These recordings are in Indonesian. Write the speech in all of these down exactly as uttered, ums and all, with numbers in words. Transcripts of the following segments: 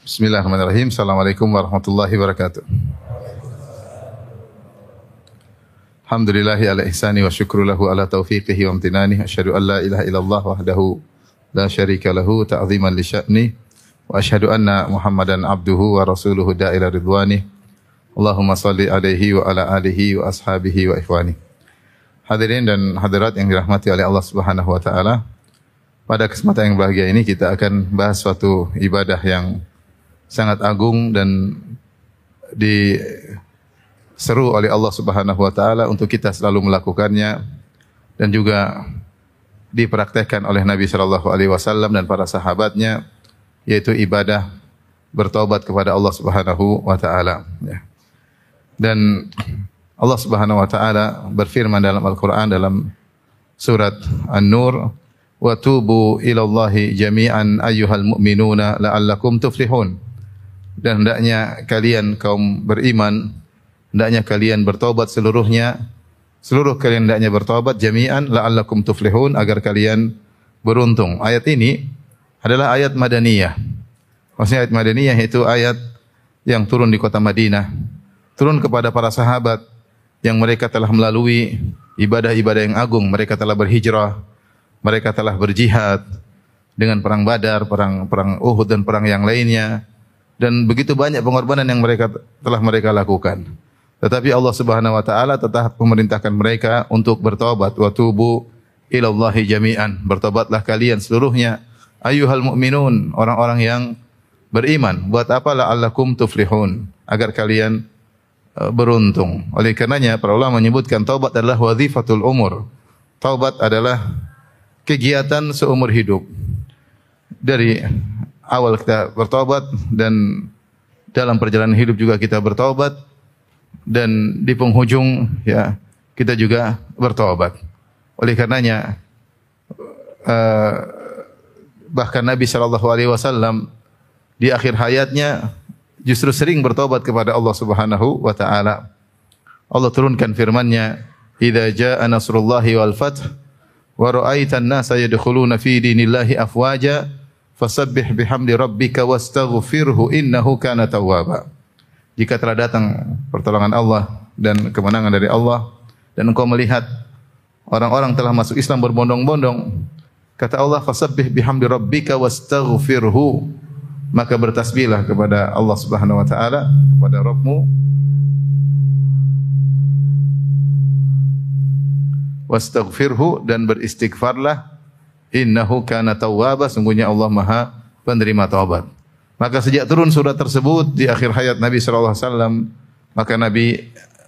Bismillahirrahmanirrahim. Assalamualaikum warahmatullahi wabarakatuh. Alhamdulillahi ala ihsani wa syukru lahu ala taufiqihi wa amtinani. Asyhadu an la ilaha illallah wahdahu la syarika lahu ta'ziman li sya'ni. Wa asyhadu anna Muhammadan abduhu wa rasuluhu da'ila ridwani. Allahumma salli alaihi wa ala alihi wa ashabihi wa ikhwani. Hadirin dan hadirat yang dirahmati oleh Allah Subhanahu wa taala. Pada kesempatan yang bahagia ini kita akan bahas suatu ibadah yang sangat agung dan diseru oleh Allah Subhanahu wa taala untuk kita selalu melakukannya dan juga dipraktekkan oleh Nabi sallallahu alaihi wasallam dan para sahabatnya, yaitu ibadah bertaubat kepada Allah Subhanahu wa taala. Dan Allah Subhanahu wa taala berfirman dalam Al-Qur'an dalam surat An-Nur, wa tubu ilallahi jami'an ayyuhal mu'minuna la'allakum tuflihun. Dan hendaknya kalian kaum beriman, hendaknya kalian bertobat seluruhnya, seluruh kalian hendaknya bertobat jami'an la'allakum tuflihun, agar kalian beruntung. Ayat ini adalah ayat Madaniyah. Maksudnya ayat Madaniyah itu ayat yang turun di kota Madinah, turun kepada para sahabat yang mereka telah melalui ibadah-ibadah yang agung. Mereka telah berhijrah, mereka telah berjihad dengan perang Badar, perang perang Uhud dan perang yang lainnya, dan begitu banyak pengorbanan yang mereka telah mereka lakukan. Tetapi Allah Subhanahu wa taala tetap memerintahkan mereka untuk bertobat. Wa tubu ilallahi jami'an. Bertobatlah kalian seluruhnya, ayyuhal mu'minun, orang-orang yang beriman. Buat apa? La'allakum tuflihun, agar kalian uh, beruntung. Oleh karenanya para ulama menyebutkan taubat adalah wazifatul umur. Taubat adalah kegiatan seumur hidup. Dari awal kita bertobat dan dalam perjalanan hidup juga kita bertobat, dan di penghujung ya kita juga bertobat. Oleh karenanya uh, bahkan Nabi sallallahu alaihi wasallam di akhir hayatnya justru sering bertobat kepada Allah Subhanahu wa taala. Allah turunkan firman-Nya, "Idza jaa nasrullahi wal fath wa ra'aitan nasa yadkhuluna fi dinillahi afwaja fasabbih bihamdi rabbika wastaghfirhu innahu kana tawwaba." Jika telah datang pertolongan Allah dan kemenangan dari Allah, dan engkau melihat orang-orang telah masuk Islam berbondong-bondong, kata Allah, fasabbih bihamdi rabbika wastaghfirhu, maka bertasbihlah kepada Allah Subhanahu wa taala, kepada Rabbmu, wastaghfirhu, dan beristighfarlah, innahu kana tawwaba, sungguhnya Allah Maha penerima taubat. Maka sejak turun surat tersebut di akhir hayat Nabi sallallahu alaihi wasallam, maka Nabi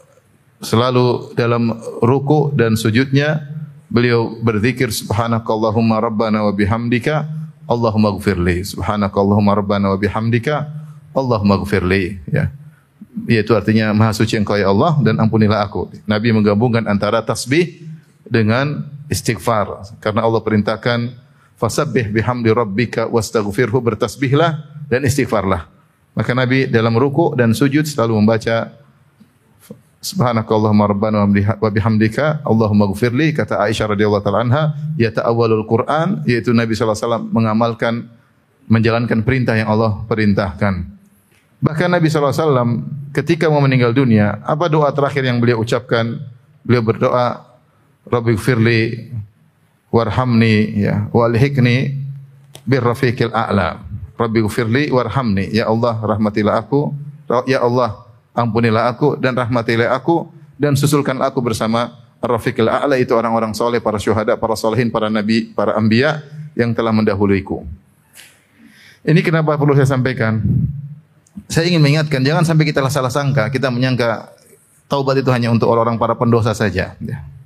selalu dalam ruku dan sujudnya beliau berzikir, subhanakallahumma rabbana wa bihamdika Allahumma ighfirli, subhanakallahumma rabbana wa bihamdika Allahumma ighfirli, ya. Yaitu artinya maha suci engkau ya Allah dan ampunilah aku. Nabi menggabungkan antara tasbih dengan istighfar, karena Allah perintahkan fasabbih bihamdi rabbika wastaghfirhu, bertasbihlah dan istighfarlah. Maka Nabi dalam ruku dan sujud selalu membaca subhanakallahumma rabbana wa bihamdika Allahumma ighfirli. Kata Aisyah radhiyallahu taala anha, yata'awwalul Quran, yaitu Nabi sallallahu alaihi wasallam mengamalkan, menjalankan perintah yang Allah perintahkan. Bahkan Nabi sallallahu alaihi wasallam ketika mau meninggal dunia, apa doa terakhir yang beliau ucapkan? Beliau berdoa, Rabbighfirli warhamni, ya, walhiqni birrafiqil a'la. Rabbighfirli warhamni, ya Allah rahmatilah aku, ya Allah ampunilah aku dan rahmatilah aku, dan susulkanlah aku bersama ar-rafiqil a'la, itu orang-orang soleh, para syuhada, para salihin, para nabi, para anbiya yang telah mendahuluiku. Ini kenapa perlu saya sampaikan? Saya ingin mengingatkan, jangan sampai kita salah sangka, kita menyangka taubat itu hanya untuk orang-orang para pendosa saja.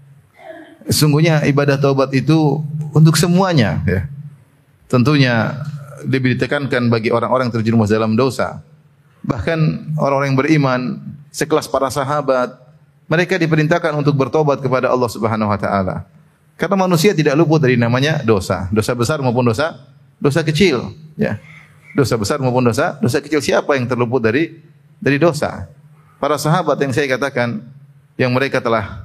Sungguhnya ibadah taubat itu untuk semuanya, ya. Tentunya lebih ditekankan bagi orang-orang yang terjerumus dalam dosa. Bahkan orang-orang yang beriman sekelas para sahabat, mereka diperintahkan untuk bertobat kepada Allah Subhanahu wa taala. Karena manusia tidak luput dari namanya dosa, dosa besar maupun dosa dosa kecil, ya. Dosa besar maupun dosa dosa kecil, siapa yang terluput dari dari dosa? Para sahabat yang saya katakan, yang mereka telah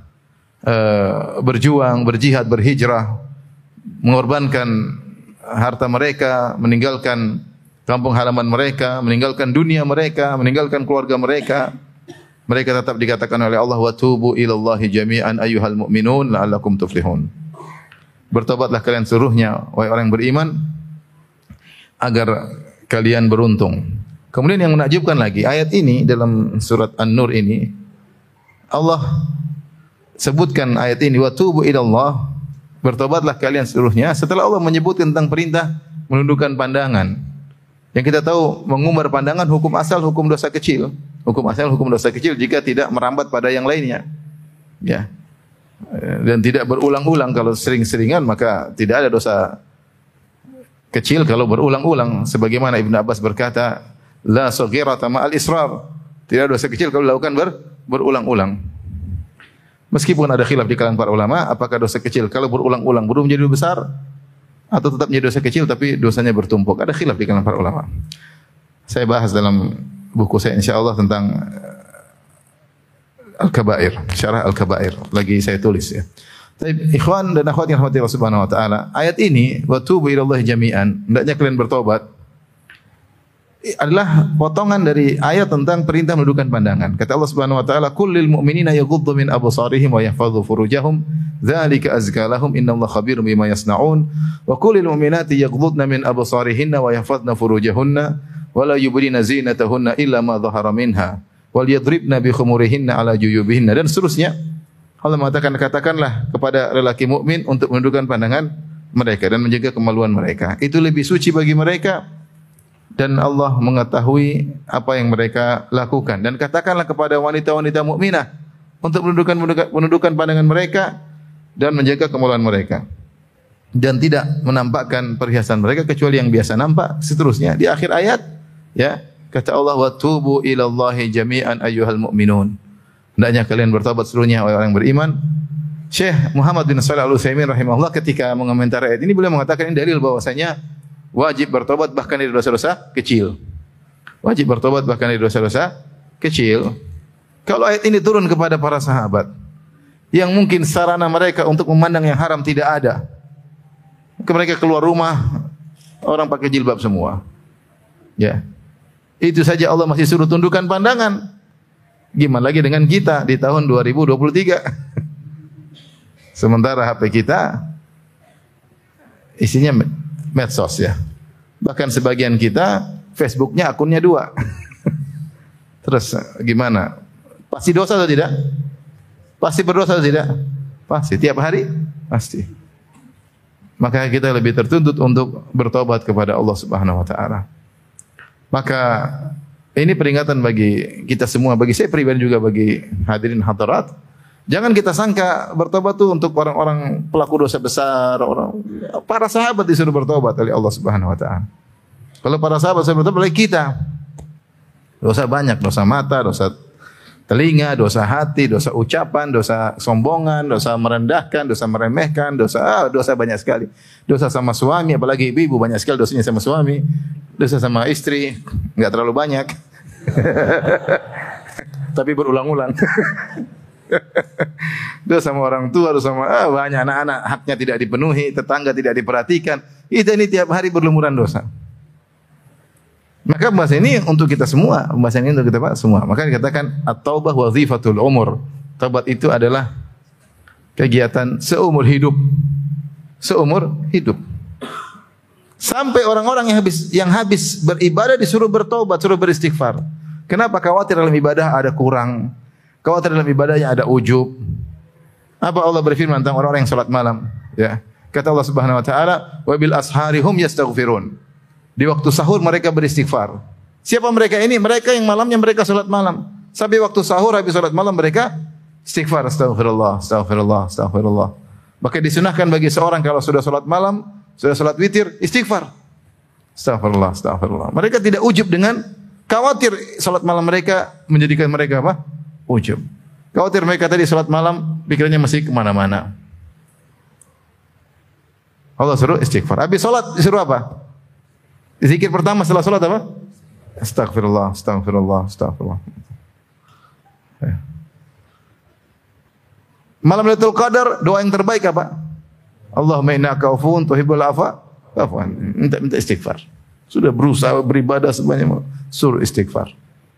uh, berjuang, berjihad, berhijrah, mengorbankan harta mereka, meninggalkan kampung halaman mereka, meninggalkan dunia mereka, meninggalkan keluarga mereka. Mereka tetap dikatakan oleh Allah, wa tubu ilallahi jami'an ayyuhal mu'minun la'allakum tuflihun. Bertobatlah kalian seluruhnya wahai orang yang beriman agar kalian beruntung. Kemudian yang menakjubkan lagi, ayat ini dalam surat An-Nur ini Allah sebutkan ayat ini, wa tubu ilallah, bertobatlah kalian seluruhnya, setelah Allah menyebut tentang perintah menundukkan pandangan. Yang kita tahu mengumbar pandangan hukum asal hukum dosa kecil. Hukum asal hukum dosa kecil jika tidak merambat pada yang lainnya. Ya. Dan tidak berulang-ulang. Kalau sering-seringan maka tidak ada dosa kecil kalau berulang-ulang. Sebagaimana Ibnu Abbas berkata, la saghirata ma'al israr. Tidak ada dosa kecil kalau dilakukan ber, berulang-ulang. Meskipun ada khilaf di kalangan para ulama, apakah dosa kecil kalau berulang-ulang belum menjadi besar atau tetap menjadi dosa kecil tapi dosanya bertumpuk. Ada khilaf di kalangan para ulama. Saya bahas dalam buku saya insyaallah tentang Al-Kabair, Syarah Al-Kabair. Lagi saya tulis ya. Tapi ikhwan dan akhwat yang rahmati Allah Subhanahu wa taala, ayat ini wa tubu ilallahi jami'an, hendaknya kalian bertobat, adalah potongan dari ayat tentang perintah menundukkan pandangan. Kata Allah Subhanahu wa taala, "Kullil mu'minina yaghuddu min absarihim wa yahfadhu furujahum, dzalika azka lahum innallaha khabirum bima yasnaun." Wa kullil mu'minati yaghuddna min absarihinna wa yahfadhna furujahunna wa la yubdina zinatahunna illa ma dhahara minha wal yadribna bi khumurihinna ala juyubihinna, dan seterusnya. Allah mengatakan, katakanlah kepada lelaki mukmin untuk menundukkan pandangan mereka dan menjaga kemaluan mereka. Itu lebih suci bagi mereka dan Allah mengetahui apa yang mereka lakukan. Dan katakanlah kepada wanita-wanita mukminah untuk menundukkan menundukkan pandangan mereka dan menjaga kemaluan mereka dan tidak menampakkan perhiasan mereka kecuali yang biasa nampak. Seterusnya di akhir ayat ya kata Allah, wa tubu ilallahi jami'an ayyuhal mu'minun, hendaknya kalian bertobat seluruhnya oleh orang yang beriman. Syekh Muhammad bin Shalih Al-Utsaimin rahimahullah ketika mengomentari ayat ini beliau mengatakan ini dalil bahwasanya wajib bertobat bahkan dari dosa-dosa kecil. Wajib bertobat bahkan dari dosa-dosa kecil. Kalau ayat ini turun kepada para sahabat yang mungkin sarana mereka untuk memandang yang haram tidak ada, mereka keluar rumah orang pakai jilbab semua. Ya. Itu saja Allah masih suruh tundukkan pandangan. Gimana lagi dengan kita di tahun dua ribu dua puluh tiga? Sementara H P kita isinya medsos ya. Bahkan sebagian kita Facebooknya akunnya dua. Terus gimana? Pasti dosa atau tidak? Pasti berdosa atau tidak? Pasti. Tiap hari? Pasti. Maka kita lebih tertuntut untuk bertobat kepada Allah Subhanahu wa taala. Maka ini peringatan bagi kita semua, bagi saya pribadi juga bagi hadirin hadirat. Jangan kita sangka bertobat itu untuk orang-orang pelaku dosa besar, orang para sahabat disuruh bertobat oleh Allah Subhanahu wa taala. Kalau para sahabat disuruh bertobat oleh kita, dosa banyak, dosa mata, dosa telinga, dosa hati, dosa ucapan, dosa sombongan, dosa merendahkan, dosa meremehkan, dosa ah, dosa banyak sekali. Dosa sama suami, apalagi ibu-ibu banyak sekali dosanya sama suami. Dosa sama istri enggak terlalu banyak. Tapi berulang-ulang. Dosa sama orang tua, dosa sama ah, banyak anak-anak haknya tidak dipenuhi, tetangga tidak diperhatikan. Kita ini tiap hari berlumuran dosa. Maka bahasa ini untuk kita semua, bahasa ini untuk kita semua. Maka dikatakan at-taubah wazifatul umur. Taubat itu adalah kegiatan seumur hidup. Seumur hidup. Sampai orang-orang yang habis yang habis beribadah disuruh bertobat, suruh beristighfar. Kenapa? Khawatir dalam ibadah ada kurang. Khawatir dalam ibadahnya ada ujub. Apa Allah berfirman tentang orang-orang yang salat malam? Ya. Kata Allah Subhanahu wa taala, "Wa bil asharihum yastaghfirun." Di waktu sahur mereka beristighfar. Siapa mereka ini? Mereka yang malamnya mereka salat malam. Sampai waktu sahur habis salat malam mereka istighfar, astagfirullah, astagfirullah, astagfirullah. Maka disunahkan bagi seorang kalau sudah salat malam, sudah salat witir, istighfar. Astagfirullah, astagfirullah. Mereka tidak ujub dengan khawatir salat malam mereka menjadikan mereka apa? Ujub. Khawatir mereka tadi salat malam pikirannya masih kemana-mana. Allah suruh istighfar. Habis salat disuruh apa? Zikir pertama setelah salat apa? Astagfirullah, astagfirullah, astagfirullah. Ya. Malam Lailatul Qadar doa yang terbaik apa? Allahumma innaka afuwun tuhibbul afwa fa'fu anni. Minta minta istighfar. Sudah berusaha beribadah sebanyak suruh istighfar.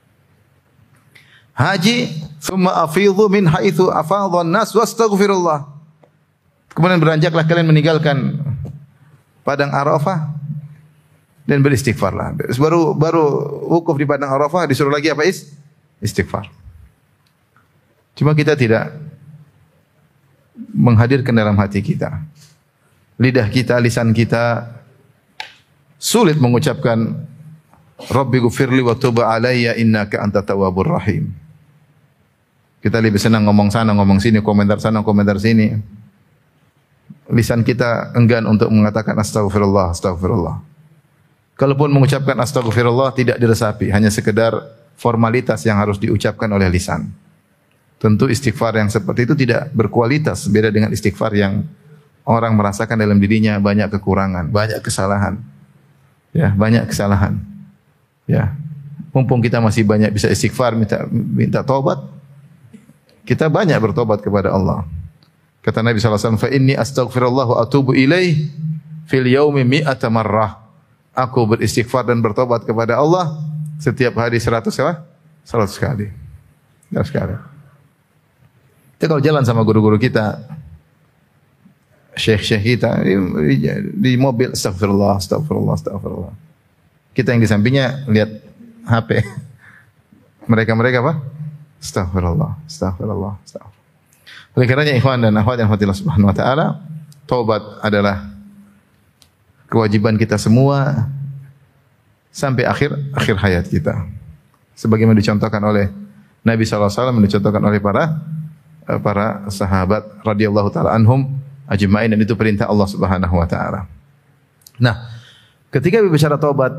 Haji, thumma afidhu min haitsu afadha an-nas wastaghfirullah. Kemudian beranjaklah kalian meninggalkan padang Arafah dan beristighfarlah. Baru baru wukuf di padang Arafah disuruh lagi apa is? Istighfar. Cuma kita tidak menghadirkan dalam hati kita. Lidah kita, lisan kita sulit mengucapkan Rabbi ghfirli wa tub alayya innaka antat tawwabur rahim. Kita lebih senang ngomong sana, ngomong sini, komentar sana, komentar sini. Lisan kita enggan untuk mengatakan astagfirullah, astagfirullah. Kalaupun mengucapkan astagfirullah tidak diresapi, hanya sekedar formalitas yang harus diucapkan oleh lisan. Tentu istighfar yang seperti itu tidak berkualitas, beda dengan istighfar yang orang merasakan dalam dirinya banyak kekurangan, banyak kesalahan. Ya, banyak kesalahan. Ya. Mumpung kita masih banyak bisa istighfar, minta minta taubat, kita banyak bertobat kepada Allah. Kata Nabi sallallahu alaihi wasallam, "Fa inni astaghfirullah wa atubu ilaih fil yaumi mi'ata marrah." Aku beristighfar dan bertobat kepada Allah setiap hari seratus apa? seratus kali. seratus kali. Kita kalau jalan sama guru-guru kita, syekh-syekh kita di, di mobil astagfirullah, astagfirullah, astagfirullah. Kita yang di sampingnya lihat H P. Mereka-mereka apa? Astagfirullah, astagfirullah, astagfirullah. Oleh karenanya ikhwan dan akhwat yang Allah Subhanahu wa taala, taubat adalah kewajiban kita semua sampai akhir akhir hayat kita. Sebagaimana dicontohkan oleh Nabi sallallahu alaihi wasallam, dicontohkan oleh para para sahabat radhiyallahu taala anhum ajma'in, dan itu perintah Allah Subhanahu wa taala. Nah, ketika berbicara taubat,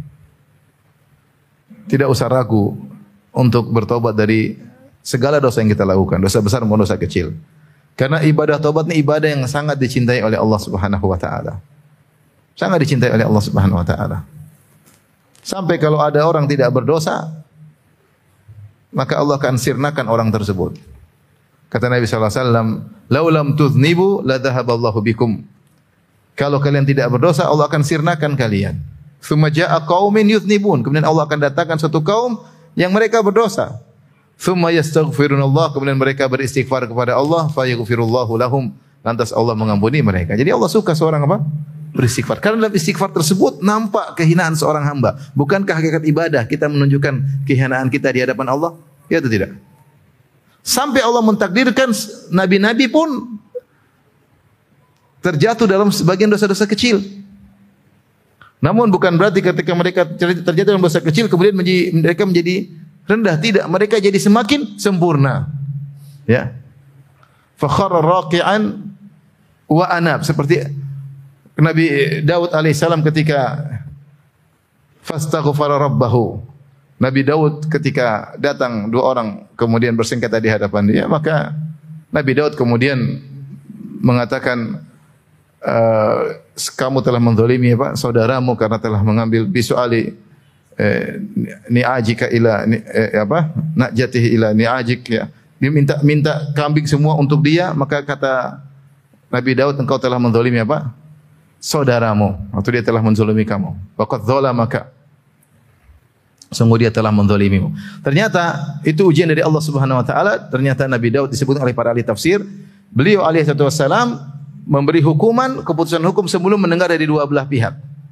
tidak usah ragu untuk bertobat dari segala dosa yang kita lakukan, dosa besar maupun dosa kecil. Karena ibadah taubat ini ibadah yang sangat dicintai oleh Allah Subhanahu wa taala. Sangat dicintai oleh Allah Subhanahu wa taala. Sampai kalau ada orang tidak berdosa, maka Allah akan sirnakan orang tersebut. Kata Nabi sallallahu alaihi wasallam, "Lau lam tudhnibu la dhahaballahu bikum." Kalau kalian tidak berdosa, Allah akan sirnakan kalian. Tsumma jaa'a qaumin yudhnibun. Kemudian Allah akan datangkan suatu kaum yang mereka berdosa. Tsumma yastaghfirunallah, kemudian mereka beristighfar kepada Allah, fa yaghfirullahu lahum, lantas Allah mengampuni mereka. Jadi Allah suka seorang apa? Beristighfar. Karena dalam istighfar tersebut nampak kehinaan seorang hamba. Bukankah hakikat ibadah kita menunjukkan kehinaan kita di hadapan Allah? Ya atau tidak? Sampai Allah mentakdirkan nabi-nabi pun terjatuh dalam sebagian dosa-dosa kecil. Namun bukan berarti ketika mereka terjatuh dalam dosa kecil kemudian menjadi, mereka menjadi rendah. Tidak, mereka jadi semakin sempurna. Ya. Fakhara raqi'an wa anab, seperti Nabi Daud alaihissalam ketika fastaghfara rabbahu. Nabi Daud ketika datang dua orang kemudian bersengketa di hadapan dia, maka Nabi Daud kemudian mengatakan, e, kamu telah menzalimi apa saudaramu karena telah mengambil bisuali eh, ni'ajika ila ni, eh, apa najatihi ila ni'ajik, ya. Dia minta minta kambing semua untuk dia, maka kata Nabi Daud, engkau telah menzalimi apa? Saudaramu, atau dia telah menzalimi kamu. Waqad zalamaka. Sungguh dia telah menzalimimu. Ternyata itu ujian dari Allah Subhanahu wa taala. Ternyata Nabi Daud disebut oleh para ahli tafsir, beliau alaihi wasallam memberi hukuman, keputusan hukum sebelum mendengar dari dua belah pihak.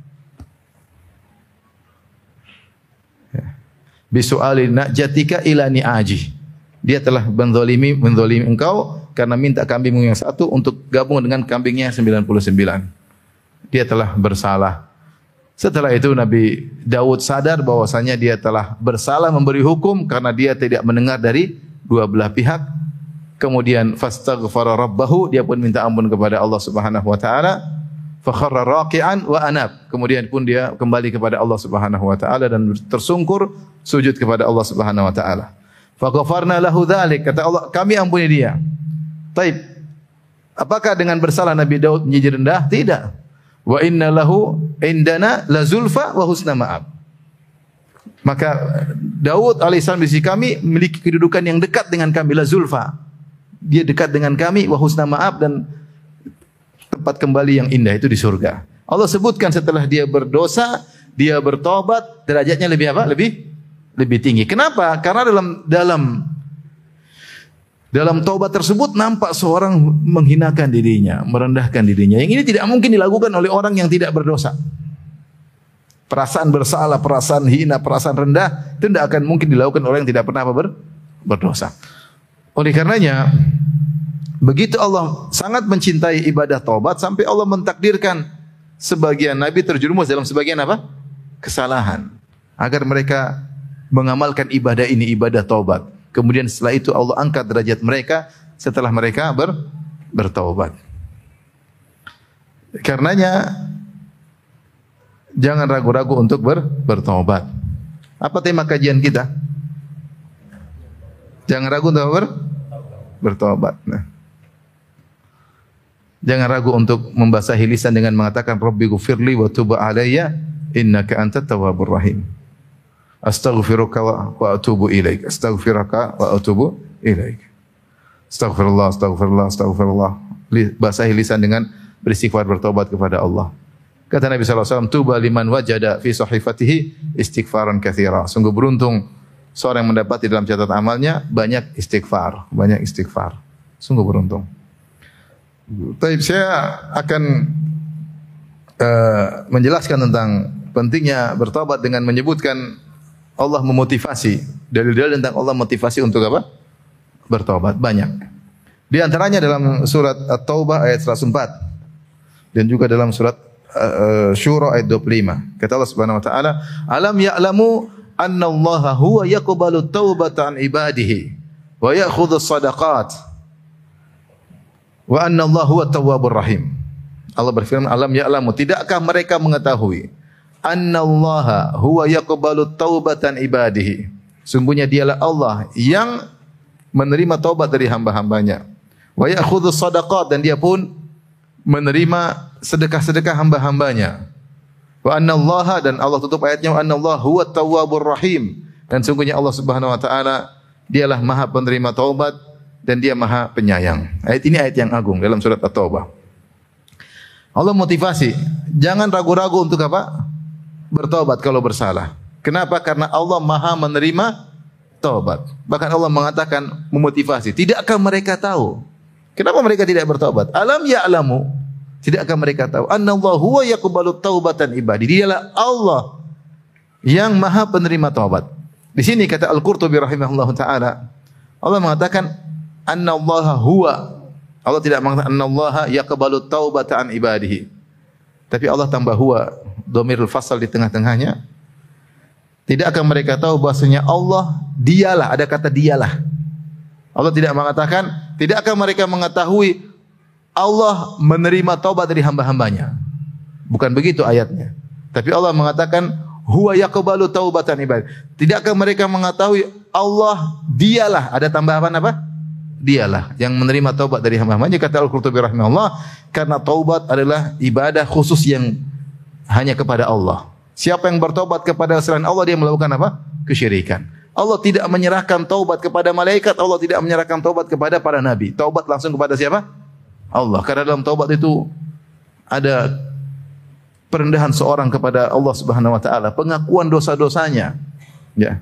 Bisu'ali najatika ila ni'aji. Dia telah menzalimi menzalimi engkau karena minta kambingmu yang satu untuk gabung dengan kambingnya sembilan puluh sembilan. Dia telah bersalah. Setelah itu Nabi Daud sadar bahwasanya dia telah bersalah memberi hukum karena dia tidak mendengar dari dua belah pihak. Kemudian fastaghfara rabbahu, dia pun minta ampun kepada Allah Subhanahu wa taala. Fa kharra raqi'an wa anab. Kemudian pun dia kembali kepada Allah Subhanahu wa taala dan tersungkur sujud kepada Allah Subhanahu wa taala. Fa ghafarna lahu dzalik, kata Allah, kami ampuni dia. Taib. Apakah dengan bersalah Nabi Daud menjadi rendah? Tidak. Wa inna lahu indana la zulfa wa husna ma'ab. Maka Daud alaihissalam di sisi kami memiliki kedudukan yang dekat dengan kami, la zulfa. Dia dekat dengan kami, wa husna ma'ab, dan tempat kembali yang indah itu di surga. Allah sebutkan setelah dia berdosa, dia bertobat, derajatnya lebih apa? Lebih lebih tinggi. Kenapa? Karena dalam dalam dalam taubat tersebut nampak seorang menghinakan dirinya, merendahkan dirinya. Yang ini tidak mungkin dilakukan oleh orang yang tidak berdosa. Perasaan bersalah, perasaan hina, perasaan rendah itu tidak akan mungkin dilakukan oleh yang tidak pernah apa ber, berdosa. Oleh karenanya, begitu Allah sangat mencintai ibadah taubat sampai Allah mentakdirkan sebagian nabi terjerumus dalam sebagian apa? Kesalahan. Agar mereka mengamalkan ibadah ini, ibadah taubat. Kemudian setelah itu Allah angkat derajat mereka setelah mereka ber, bertaubat. Karenanya jangan ragu-ragu untuk ber, bertaubat. Apa tema kajian kita? Jangan ragu untuk ber, bertaubat. Nah. Jangan ragu untuk membasahi lisan dengan mengatakan Rabbi ghfirli wa tub alayya innaka antat tawwabur rahim. Astaghfiruka wa atubu ilaik. Astaghfiruka wa atubu ilaik. Astaghfirullah, astaghfirullah, astaghfirullah. Basahi lisan dengan beristighfar bertobat kepada Allah. Kata Nabi sallallahu alaihi wasallam, "Tuba liman wajada fi sahifatihi istighfaran katsira." Sungguh beruntung seorang yang mendapati dalam catatan amalnya banyak istighfar, banyak istighfar. Sungguh beruntung. Tapi saya akan uh, menjelaskan tentang pentingnya bertobat dengan menyebutkan Allah memotivasi, dalil-dalil tentang Allah motivasi untuk apa? Bertobat banyak. Di antaranya dalam surat At-Taubah ayat seratus empat dan juga dalam surat uh, Syura ayat dua puluh lima. Kata Allah Subhanahu wa taala, "Alam ya'lamu anna Allah huwa yaqbalu taubata an ibadihi wa ya'khudhu shadaqat wa anna Allah huwa tawwabur rahim." Allah berfirman, "Alam ya'lamu, tidakkah mereka mengetahui annallaha huwa yaqbalu taubatan ibadihi." Sungguhnya dialah Allah yang menerima taubat dari hamba-hambanya. Wa ya'khudhu shadaqat, dan dia pun menerima sedekah-sedekah hamba-hambanya. Wa annallaha, dan Allah tutup ayatnya, wa annallaha huwa tawwabur rahim, dan sungguhnya Allah Subhanahu wa taala dialah Maha penerima taubat dan dia Maha penyayang. Ayat ini ayat yang agung dalam surat At-Taubah. Allah motivasi, jangan ragu-ragu untuk apa? Bertobat kalau bersalah. Kenapa? Karena Allah Maha menerima taubat. Bahkan Allah mengatakan memotivasi, tidakkah mereka tahu? Kenapa mereka tidak bertobat? Alam ya'lamu, tidakkah mereka tahu? Annallahu huwa yaqbalu taubatan ibadi. Dialah Allah yang Maha penerima taubat. Di sini kata Al-Qurtubi rahimahullahu taala, Allah mengatakan annallaha huwa. Allah tidak mengatakan annallaha yaqbalu taubata an ibadihi. Tapi Allah tambah huwa, dhamirul fasal di tengah-tengahnya. Tidak akan mereka tahu bahasanya Allah dialah, ada kata dialah. Allah tidak mengatakan, tidak akan mereka mengetahui Allah menerima taubat dari hamba-hambanya. Bukan begitu ayatnya. Tapi Allah mengatakan huwa yaqbalu taubatan ibad. Tidak akan mereka mengetahui Allah dialah, ada tambahan apa? Dialah yang menerima taubat dari hamba-hambanya. Kata Al-Qurtubi rahimahullah, karena taubat adalah ibadah khusus yang hanya kepada Allah. Siapa yang bertobat kepada selain Allah, dia melakukan apa? Kesyirikan. Allah tidak menyerahkan taubat kepada malaikat, Allah tidak menyerahkan taubat kepada para nabi. Taubat langsung kepada siapa? Allah. Karena dalam taubat itu ada perendahan seorang kepada Allah Subhanahu wa taala, pengakuan dosa-dosanya. Ya.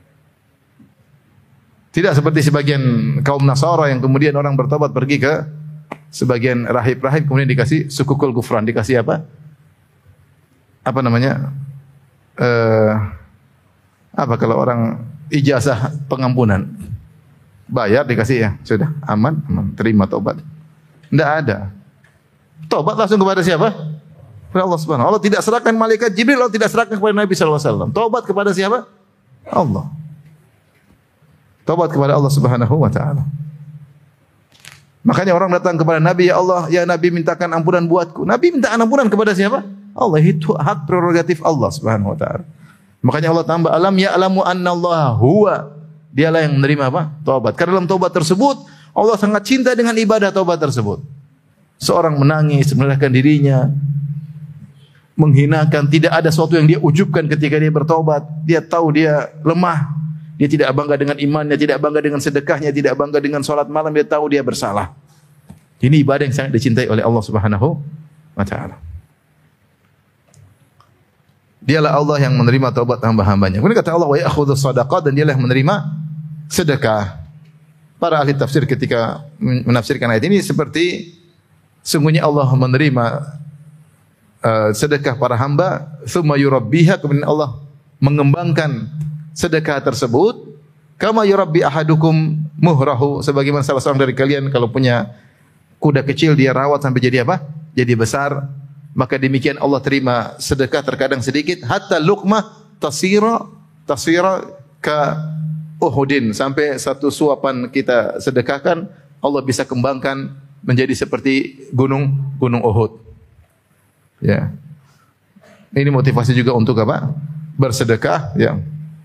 Tidak seperti sebagian kaum Nasara yang kemudian orang bertobat pergi ke sebagian rahib-rahib kemudian dikasih sukukul gufran, dikasih apa? Apa namanya? Eh, apa kalau orang ijazah pengampunan? Bayar dikasih ya, sudah aman, aman, terima taubat. Tidak ada. Taubat langsung kepada siapa? Kepada Allah Subhanahu wa taala. Allah tidak serahkan malaikat Jibril, Allah tidak serahkan kepada Nabi sallallahu alaihi wasallam. Taubat kepada siapa? Allah. Taubat kepada Allah Subhanahu wa taala. Makanya orang datang kepada Nabi, ya Allah, ya Nabi mintakan ampunan buatku. Nabi minta ampunan kepada siapa? Allah. Itu hak prerogatif Allah Subhanahu wa taala. Makanya Allah tambah alam ya'lamu annallaha huwa. Dialah yang menerima apa? Taubat. Karena dalam taubat tersebut Allah sangat cinta dengan ibadah taubat tersebut. Seorang menangis, merendahkan dirinya, menghinakan, tidak ada sesuatu yang dia ujubkan ketika dia bertaubat. Dia tahu dia lemah. Dia tidak bangga dengan imannya, tidak bangga dengan sedekahnya, tidak bangga dengan salat malam, dia tahu dia bersalah. Ini ibadah yang sangat dicintai oleh Allah Subhanahu wa taala. Dialah Allah yang menerima taubat hamba-hambanya. Kemudian kata Allah, wa ya'khudhu shadaqat, dan dialah yang menerima sedekah. Para ahli tafsir ketika menafsirkan ayat ini seperti sungguhnya Allah menerima uh, sedekah para hamba, tsumma yurabbiha, kemudian Allah mengembangkan sedekah tersebut, kama yurabbi ahadukum muhrahu, sebagaimana salah seorang dari kalian kalau punya kuda kecil dia rawat sampai jadi apa? Jadi besar. Maka demikian Allah terima sedekah terkadang sedikit, hatta luqmah tasira tasira ka Uhudin, sampai satu suapan kita sedekahkan Allah bisa kembangkan menjadi seperti gunung gunung Uhud. Ya. Ini motivasi juga untuk apa? Bersedekah, ya.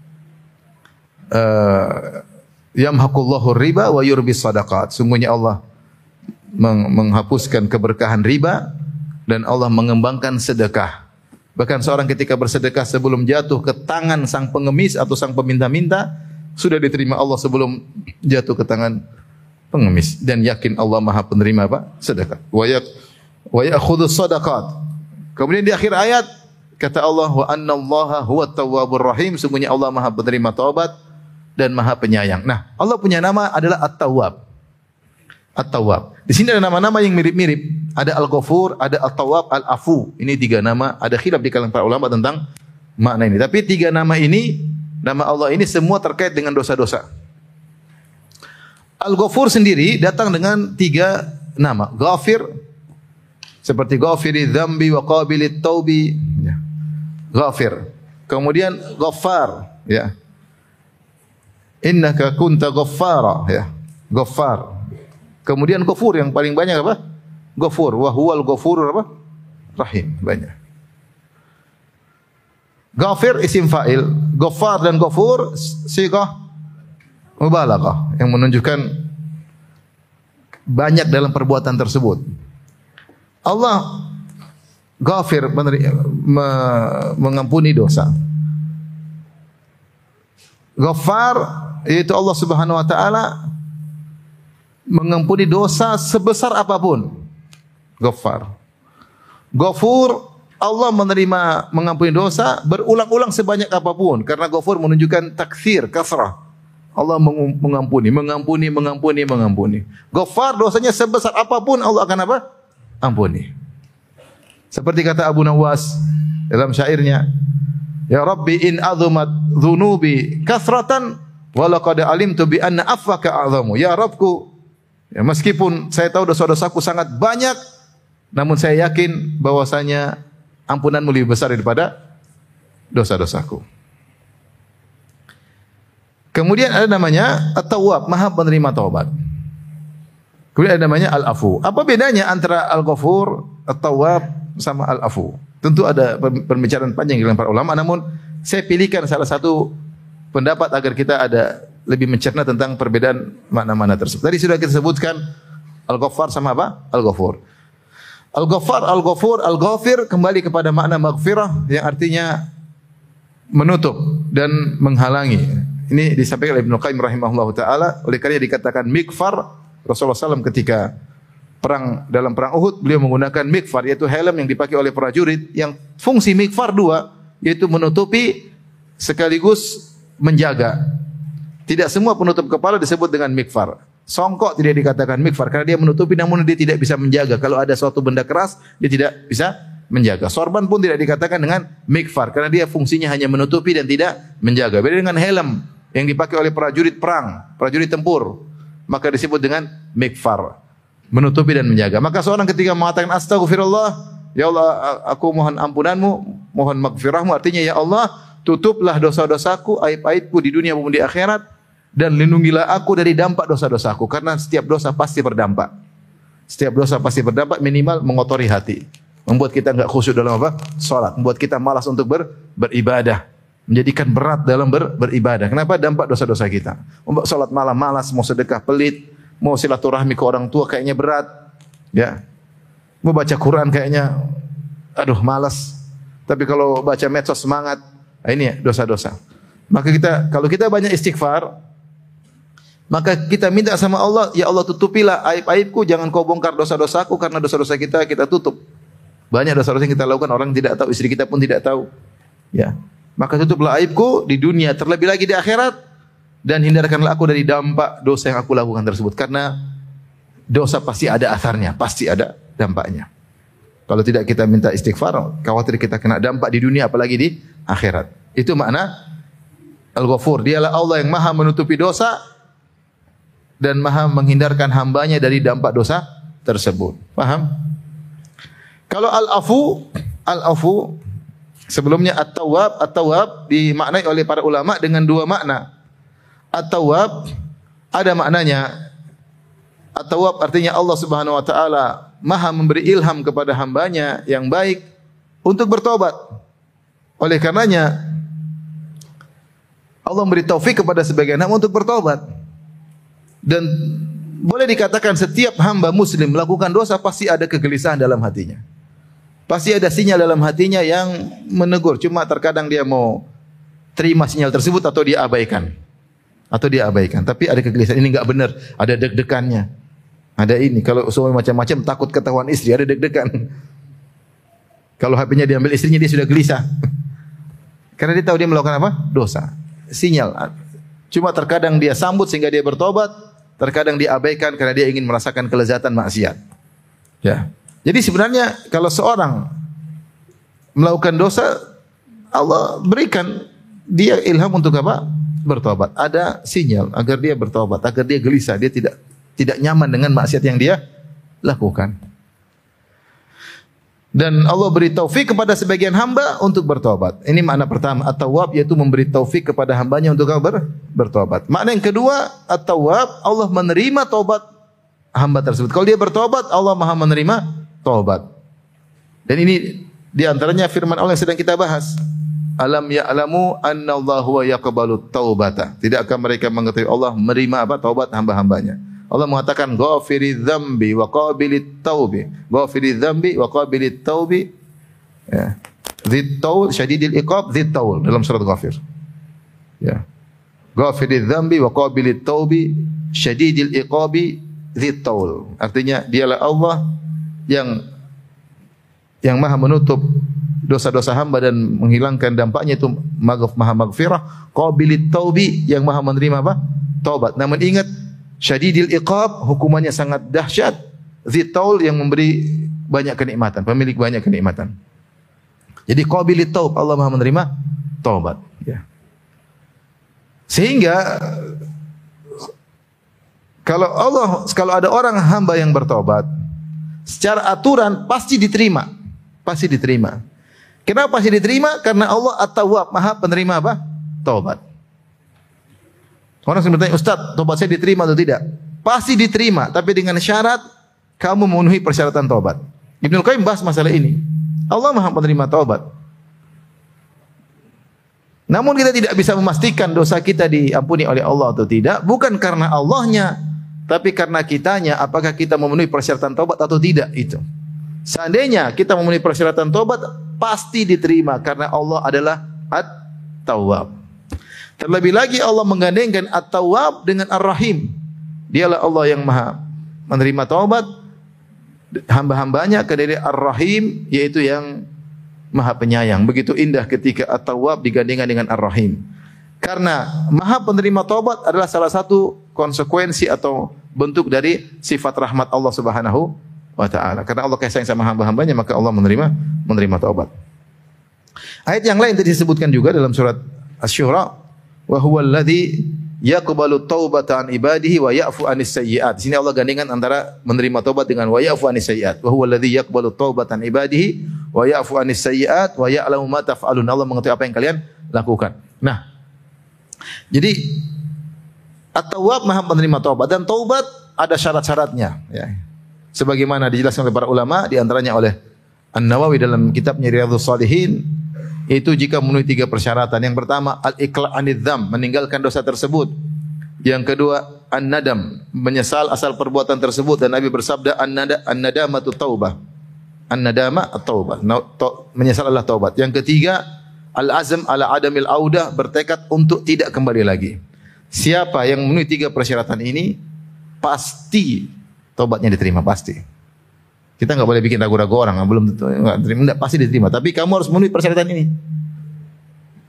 Uh, yamhaqullahu riba wa yurbis sadaqat. Sungguhnya Allah meng menghapuskan keberkahan riba dan Allah mengembangkan sedekah. Bahkan seorang ketika bersedekah sebelum jatuh ke tangan sang pengemis atau sang peminta-minta, sudah diterima Allah sebelum jatuh ke tangan pengemis, dan yakin Allah Maha penerima apa? Sedekah. Wa ya wa ya'khudhu sadaqat. Kemudian di akhir ayat kata Allah, wa annallaha huwat tawwabur rahim, sungguhnya Allah Maha penerima taubat dan Maha penyayang. Nah, Allah punya nama adalah At-Tawwab. At-Tawwab. Di sini ada nama-nama yang mirip-mirip. Ada Al-Ghafur, ada At-Tawwab, Al-Afu. Ini tiga nama. Ada khilaf di kalangan para ulama tentang makna ini. Tapi tiga nama ini, nama Allah ini semua terkait dengan dosa-dosa. Al-Ghafur sendiri datang dengan tiga nama. Ghafir, seperti Ghafiri dzambi wa qabilit taubi. Ya. Ghafir. Kemudian Ghaffar. Ya. Innaka kunta ghaffara. Ya. Ghaffar. Kemudian Ghafur yang paling banyak apa? Ghafur, wa huwal ghafurur apa? Rahim, banyak. Ghafir isim fa'il, Ghaffar dan Ghafur sighah mubalaghah yang menunjukkan banyak dalam perbuatan tersebut. Allah Ghafir, mengampuni dosa. Ghaffar yaitu Allah Subhanahu wa taala mengampuni dosa sebesar apapun. Ghaffar. Ghafur, Allah menerima mengampuni dosa berulang-ulang sebanyak apapun, karena Ghafur menunjukkan takfir, kasrah. Allah mengampuni, mengampuni, mengampuni, mengampuni. Ghaffar, dosanya sebesar apapun Allah akan apa? Ampuni. Seperti kata Abu Nawas dalam syairnya, ya Rabbi in azumat dhunubi kasratan wa laqad alimtu bi anna afwaka a'zamu. Ya Rabbku, ya, meskipun saya tahu dosa-dosaku sangat banyak, namun saya yakin bahwasanya ampunanmu lebih besar daripada dosa-dosaku. Kemudian ada namanya At-Tawwab, Maha penerima taubat. Kemudian ada namanya Al-Afu. Apa bedanya antara Al-Ghafur, At-Tawwab sama Al-Afu? Tentu ada pembicaraan panjang dengan para ulama, namun saya pilihkan salah satu pendapat agar kita ada lebih mencerna tentang perbedaan makna-makna tersebut. Tadi sudah kita sebutkan Al-Ghaffar sama apa? Al-Ghafur. Al-Ghaffar, Al-Ghafur, Al-Ghafir kembali kepada makna maghfirah yang artinya menutup dan menghalangi. Ini disampaikan oleh Ibnu Qayyim rahimahullahu taala, oleh karena dikatakan mikfar. Rasulullah shallallahu alaihi wasallam ketika perang dalam perang Uhud, beliau menggunakan mikfar, yaitu helm yang dipakai oleh prajurit, yang fungsi mikfar dua, yaitu menutupi sekaligus menjaga. Tidak semua penutup kepala disebut dengan mikfar. Songkok tidak dikatakan mikfar karena dia menutupi namun dia tidak bisa menjaga. Kalau ada suatu benda keras, dia tidak bisa menjaga. Sorban pun tidak dikatakan dengan mikfar karena dia fungsinya hanya menutupi dan tidak menjaga. Beda dengan helm yang dipakai oleh prajurit perang, prajurit tempur, maka disebut dengan mikfar, menutupi dan menjaga. Maka seorang ketika mengatakan astaghfirullah, ya Allah aku mohon ampunanmu, mohon maghfirahmu, artinya ya Allah tutuplah dosa-dosaku, aib-aibku di dunia maupun di akhirat, dan lindungilah aku dari dampak dosa-dosaku, karena setiap dosa pasti berdampak. Setiap dosa pasti berdampak, minimal mengotori hati, membuat kita enggak khusyuk dalam apa? Salat, membuat kita malas untuk ber, beribadah, menjadikan berat dalam ber, beribadah. Kenapa? Dampak dosa-dosa kita. Membuat salat malam malas, mau sedekah pelit, mau silaturahmi ke orang tua kayaknya berat, ya. Mau baca Quran kayaknya aduh malas. Tapi kalau baca medsos semangat. Nah, ini ya dosa-dosa. Maka kita kalau kita banyak istighfar, maka kita minta sama Allah, ya Allah tutupilah aib-aibku, jangan kau bongkar dosa-dosaku, karena dosa-dosa kita kita tutup. Banyak dosa-dosa yang kita lakukan orang tidak tahu, istri kita pun tidak tahu. Ya. Maka tutuplah aibku di dunia, terlebih lagi di akhirat, dan hindarkanlah aku dari dampak dosa yang aku lakukan tersebut. Karena dosa pasti ada asarnya, pasti ada dampaknya. Kalau tidak kita minta istighfar, khawatir kita kena dampak di dunia apalagi di akhirat. Itu makna Al-Ghafur. Dialah Allah yang maha menutupi dosa dan maha menghindarkan hambanya dari dampak dosa tersebut. Paham? Kalau Al-Afu, Al-Afu sebelumnya At-Tawwab, At-Tawwab dimaknai oleh para ulama dengan dua makna. At-Tawwab ada maknanya, At-Tawwab artinya Allah Subhanahu wa taala maha memberi ilham kepada hambanya yang baik untuk bertobat. Oleh karenanya Allah memberi taufik kepada sebagian hamba untuk bertobat. Dan boleh dikatakan setiap hamba muslim melakukan dosa pasti ada kegelisahan dalam hatinya. Pasti ada sinyal dalam hatinya yang menegur. Cuma terkadang dia mau terima sinyal tersebut atau dia abaikan. Atau dia abaikan. Tapi ada kegelisahan. Ini enggak benar. Ada deg-degannya. Ada ini. Kalau suami macam-macam takut ketahuan istri. Ada deg-degan. Kalau H P-nya diambil istrinya dia sudah gelisah. Karena dia tahu dia melakukan apa? Dosa. Sinyal. Cuma terkadang dia sambut sehingga dia bertobat. Terkadang dia abaikan karena dia ingin merasakan kelezatan maksiat. Ya. Jadi sebenarnya kalau seorang melakukan dosa, Allah berikan dia ilham untuk apa? Bertobat. Ada sinyal agar dia bertobat, agar dia gelisah, dia tidak tidak nyaman dengan maksiat yang dia lakukan. Dan Allah beri taufik kepada sebagian hamba untuk bertobat. Ini makna pertama, At-Tawwab, yaitu memberi taufik kepada hambanya untuk ber, bertobat. Makna yang kedua, At-Tawwab, Allah menerima taubat hamba tersebut. Kalau dia bertobat, Allah Maha menerima taubat. Dan ini di antaranya firman Allah yang sedang kita bahas. Alam ya'lamu anna Allah huwa yaqbalu taubata. Tidakkah mereka mengetahui Allah menerima apa? Taubat hamba-hambanya. Allah mengatakan ghafiri dzambi wa qabilit taubi. Ghafiri dzambi wa qabilit taubi. Ya. Dzit taul syadidil iqab dzit taul dalam surat Ghafir. Ya. Ghafiri dzambi wa qabilit taubi syadidil iqabi dzit taul. Artinya dialah Allah yang yang maha menutup dosa-dosa hamba dan menghilangkan dampaknya, itu maha maghfirah, qabilit taubi, yang maha menerima apa? Taubat. Namun ingat, syadidil iqab, hukumannya sangat dahsyat, dzit taul, yang memberi banyak kenikmatan, pemilik banyak kenikmatan. Jadi qabilit taub, Allah maha menerima taubat, ya. Sehingga kalau Allah, kalau ada orang hamba yang bertobat, secara aturan pasti diterima. Pasti diterima. Kenapa pasti diterima? Karena Allah At-Tawwab, maha penerima apa? Taubat. Orang sering bertanya, Ustaz, taubat saya diterima atau tidak? Pasti diterima, tapi dengan syarat kamu memenuhi persyaratan taubat. Ibnu Qayyim bahas masalah ini. Allah maha penerima taubat. Namun kita tidak bisa memastikan dosa kita diampuni oleh Allah atau tidak, bukan karena Allahnya, tapi karena kitanya, apakah kita memenuhi persyaratan taubat atau tidak itu. Seandainya kita memenuhi persyaratan taubat, pasti diterima karena Allah adalah At-Tawwab. Terlebih lagi Allah menggandengkan At-Tawwab dengan Ar-Rahim. Dialah Allah yang maha menerima taubat hamba-hambanya, kemudian Ar-Rahim, yaitu yang maha penyayang. Begitu indah ketika At-Tawwab digandengkan dengan Ar-Rahim. Karena maha penerima taubat adalah salah satu konsekuensi atau bentuk dari sifat rahmat Allah Subhanahu wa taala. Karena Allah kasih sayang sama hamba-hambanya, maka Allah menerima menerima taubat. Ayat yang lain tadi disebutkan juga dalam surat Asy-Syura, wa huwal ladzi yaqbalu taubata an ibadihi wa ya'fu anis sayyi'at. Di sini Allah gandengkan antara menerima taubat dengan wa ya'fu anis sayyi'at. Wa huwal ladzi yaqbalu taubata an ibadihi wa ya'fu anis sayyi'at wa ya'lamu ma taf'alun. Allah mengetahui apa yang kalian lakukan. Nah, jadi At-Tawwab maha penerima taubat, dan taubat ada syarat-syaratnya, ya. Sebagaimana dijelaskan oleh para ulama, di antaranya oleh An-Nawawi dalam kitabnya Riyadhus Shalihin, yaitu jika memenuhi tiga persyaratan. Yang pertama, al-iqla' anidz-dzam, meninggalkan dosa tersebut. Yang kedua, an-nadam, menyesal asal perbuatan tersebut, dan Nabi bersabda an-nada an-nadamatu taubah. An-nadama at-taubah, menyesal adalah taubat. Yang ketiga, al-azm ala adamil audah, bertekad untuk tidak kembali lagi. Siapa yang memenuhi tiga persyaratan ini, pasti taubatnya diterima, pasti. Kita enggak boleh bikin ragu-ragu orang, belum tentu enggak diterima, enggak, pasti diterima. Tapi kamu harus memenuhi persyaratan ini.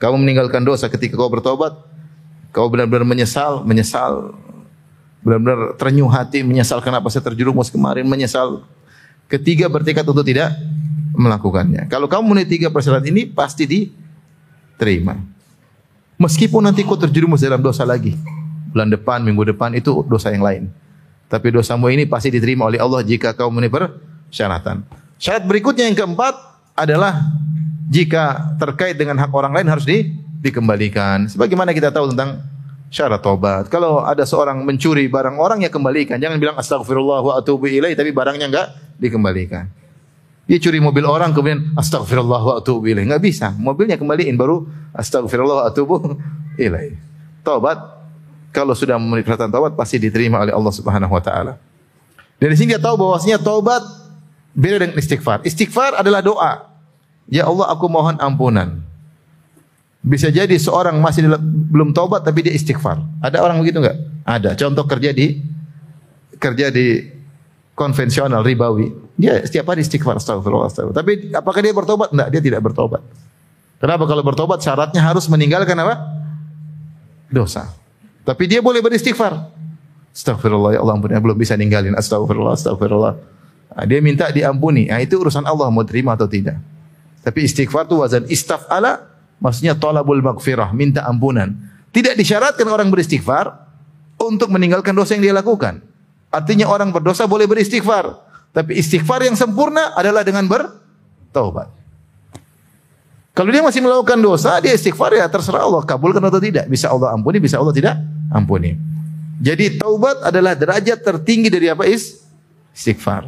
Kamu meninggalkan dosa ketika kau bertobat, kau benar-benar menyesal, menyesal, benar-benar terenyuh hati, menyesal kenapa saya terjerumus kemarin, menyesal. Ketiga, bertekad untuk tidak melakukannya. Kalau kamu memenuhi tiga persyaratan ini, pasti diterima. Meskipun nanti kau terjerumus dalam dosa lagi, bulan depan, minggu depan, itu dosa yang lain. Tapi dosamu ini pasti diterima oleh Allah jika kau memenuhi persyaratan. Syarat berikutnya yang keempat adalah jika terkait dengan hak orang lain harus di, dikembalikan. Sebagaimana kita tahu tentang syarat taubat. Kalau ada seorang mencuri barang orang, ya kembalikan. Jangan bilang astagfirullah wa atubu ilaih tapi barangnya enggak dikembalikan. Dia curi mobil orang kemudian astagfirullah wa atubu ilaih. Enggak bisa. Mobilnya kembaliin baru astagfirullah wa atubu ilaih. Taubat kalau sudah memenuhi persyaratan taubat pasti diterima oleh Allah Subhanahu wa taala. Dari sini dia tahu bahwasanya taubat beda dengan istighfar. Istighfar adalah doa. Ya Allah, aku mohon ampunan. Bisa jadi seorang masih dalam, belum taubat tapi dia istighfar. Ada orang begitu enggak? Ada. Contoh kerja di kerja di konvensional ribawi. Dia setiap hari istighfar, astagfirullah, astagfirullah. Tapi apakah dia bertobat? Enggak, dia tidak bertobat. Kenapa? Kalau bertobat syaratnya harus meninggalkan apa? Dosa. Tapi dia boleh beristighfar. Astagfirullah, ya Allah ampuni, belum bisa ninggalin. Astagfirullah, astagfirullah. Nah, dia minta diampuni. Nah, itu urusan Allah mau terima atau tidak. Tapi istighfar itu wazan istaf'ala, maksudnya talabul maghfirah, minta ampunan. Tidak disyaratkan orang beristighfar untuk meninggalkan dosa yang dia lakukan. Artinya orang berdosa boleh beristighfar, tapi istighfar yang sempurna adalah dengan bertaubat. Kalau dia masih melakukan dosa, dia istighfar, ya terserah Allah kabulkan atau tidak. Bisa Allah ampuni, bisa Allah tidak ampuni. Jadi taubat adalah derajat tertinggi dari apa? Istighfar.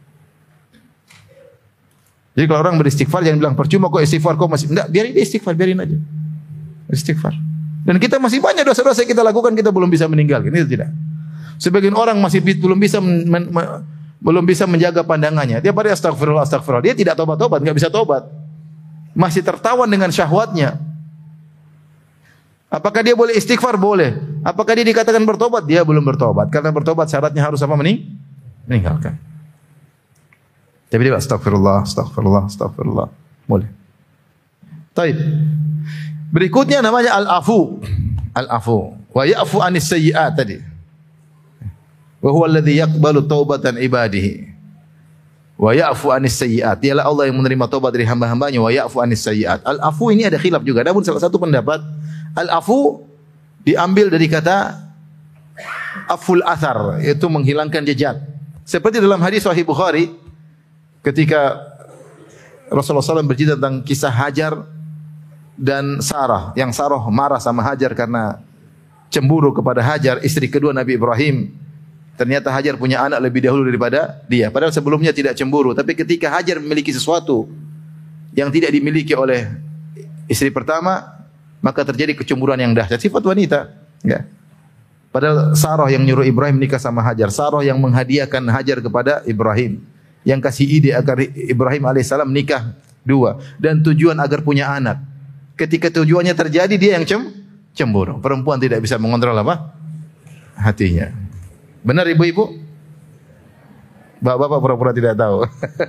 Jadi kalau orang beristighfar jangan bilang percuma kok istighfar kok masih enggak, biarin dia istighfar, biarin aja. Istighfar. Dan kita masih banyak dosa-dosa yang kita lakukan kita belum bisa meninggalkan, itu tidak. Sebagian orang masih belum bisa men, men, belum bisa menjaga pandangannya. Dia pada astagfirullah astagfirullah, dia tidak tobat-tobat, enggak bisa tobat. Masih tertawan dengan syahwatnya. Apakah dia boleh istighfar? Boleh. Apakah dia dikatakan bertobat? Dia belum bertobat. Karena bertobat syaratnya harus apa? Mening? Meninggalkan. Tapi dia astagfirullah, astagfirullah, astagfirullah. Boleh. Taib. Berikutnya namanya al-afu. Al-afu. Wa ya'fu anis sayyi'at tadi. Wa huwa alladhi yaqbalu taubatan ibadihi. Wa ya'fu anis sayyi'at. Dialah Allah yang menerima taubat dari hamba-hambanya. Wa ya'fu anis sayyi'at. Al-afu ini ada khilaf juga. Namun salah satu pendapat, al-afu diambil dari kata aful athar, yaitu menghilangkan jejak. Seperti dalam hadis Sahih Bukhari, ketika Rasulullah shallallahu alaihi wasallam bercerita tentang kisah Hajar dan Sarah, yang Sarah marah sama Hajar karena cemburu kepada Hajar, istri kedua Nabi Ibrahim. Ternyata Hajar punya anak lebih dahulu daripada dia. Padahal sebelumnya tidak cemburu. Tapi ketika Hajar memiliki sesuatu yang tidak dimiliki oleh istri pertama, maka terjadi kecemburuan yang dahsyat. Sifat wanita. Ya. Padahal Sarah yang nyuruh Ibrahim nikah sama Hajar. Sarah yang menghadiahkan Hajar kepada Ibrahim. Yang kasih ide agar Ibrahim alaihissalam nikah dua. Dan tujuan agar punya anak. Ketika tujuannya terjadi, dia yang cem, cemburu. Perempuan tidak bisa mengontrol apa? Hatinya. Benar ibu-ibu? Bapak-bapak pura-pura tidak tahu.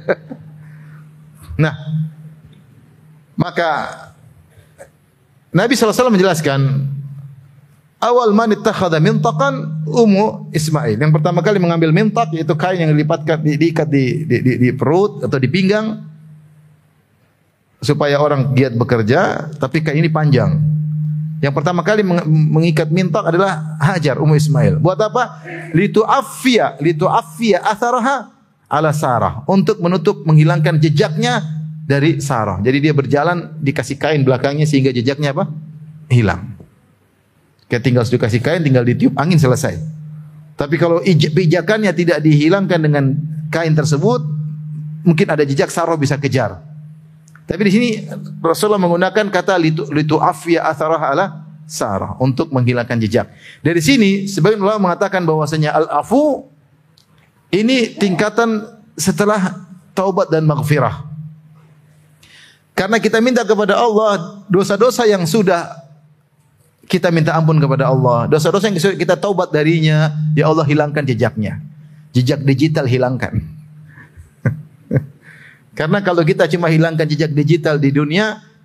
Nah, maka Nabi shallallahu alaihi wasallam menjelaskan, awal man ittakhadha mintaqan Ummu Ismail. Yang pertama kali mengambil mintak, yaitu kain yang dilipatkan di, diikat di, di, di, di perut atau di pinggang supaya orang giat bekerja, tapi kain ini panjang. Yang pertama kali mengikat mintak adalah Hajar Ummu Ismail. Buat apa? Litu afia, litu afia atharaha ala Sarah, untuk menutup menghilangkan jejaknya dari Sarah. Jadi dia berjalan dikasih kain belakangnya sehingga jejaknya apa? Hilang. Kayak tinggal dikasih kain, tinggal ditiup angin, selesai. Tapi kalau pijakannya tidak dihilangkan dengan kain tersebut, mungkin ada jejak, Sarah bisa kejar. Tapi di sini Rasulullah menggunakan kata litu, litu afia atharah ala Sarah, untuk menghilangkan jejak. Dari sini sebagian ulama mengatakan bahwasanya al-afu ini tingkatan setelah taubat dan maghfirah. Karena kita minta kepada Allah dosa-dosa yang sudah kita minta ampun kepada Allah, dosa-dosa yang kita taubat darinya, ya Allah hilangkan jejaknya. Jejak digital hilangkan. Karena kalau kita cuma hilangkan jejak digital di dunia,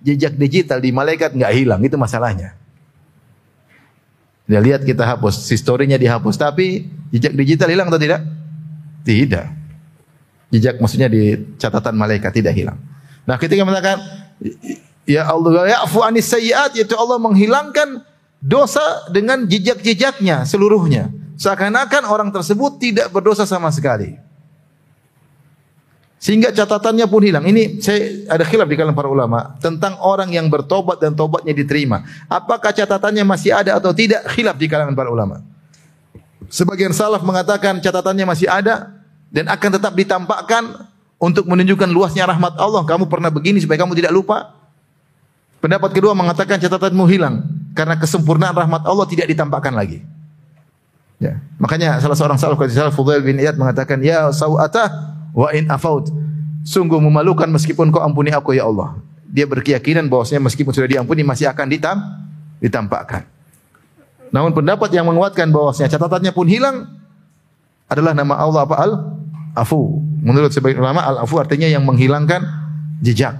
jejak digital di malaikat nggak hilang, itu masalahnya. Dia lihat kita hapus, historinya dihapus, tapi jejak digital hilang atau tidak? Tidak. Jejak maksudnya di catatan malaikat tidak hilang. Nah, ketika mengatakan ya Allah ya'fu anis sayyi'at, yaitu Allah menghilangkan dosa dengan jejak-jejaknya seluruhnya. Seakan-akan orang tersebut tidak berdosa sama sekali. Sehingga catatannya pun hilang. Ini saya ada khilaf di kalangan para ulama tentang orang yang bertobat dan tobatnya diterima. Apakah catatannya masih ada atau tidak? Khilaf di kalangan para ulama. Sebagian salaf mengatakan catatannya masih ada dan akan tetap ditampakkan untuk menunjukkan luasnya rahmat Allah. Kamu pernah begini supaya kamu tidak lupa. Pendapat kedua mengatakan catatanmu hilang karena kesempurnaan rahmat Allah tidak ditampakkan lagi. Ya. Makanya salah seorang salaf salaf Fudail bin Iyad mengatakan, ya sawatah wa in afaut, sungguh memalukan meskipun kau ampuni aku ya Allah. Dia berkeyakinan bahwasanya meskipun sudah diampuni masih akan ditam, ditampakkan. Namun pendapat yang menguatkan bahwasanya catatannya pun hilang adalah nama Allah apa? Al-Afu. Menurut sebagian ulama Al-Afu artinya yang menghilangkan jejak.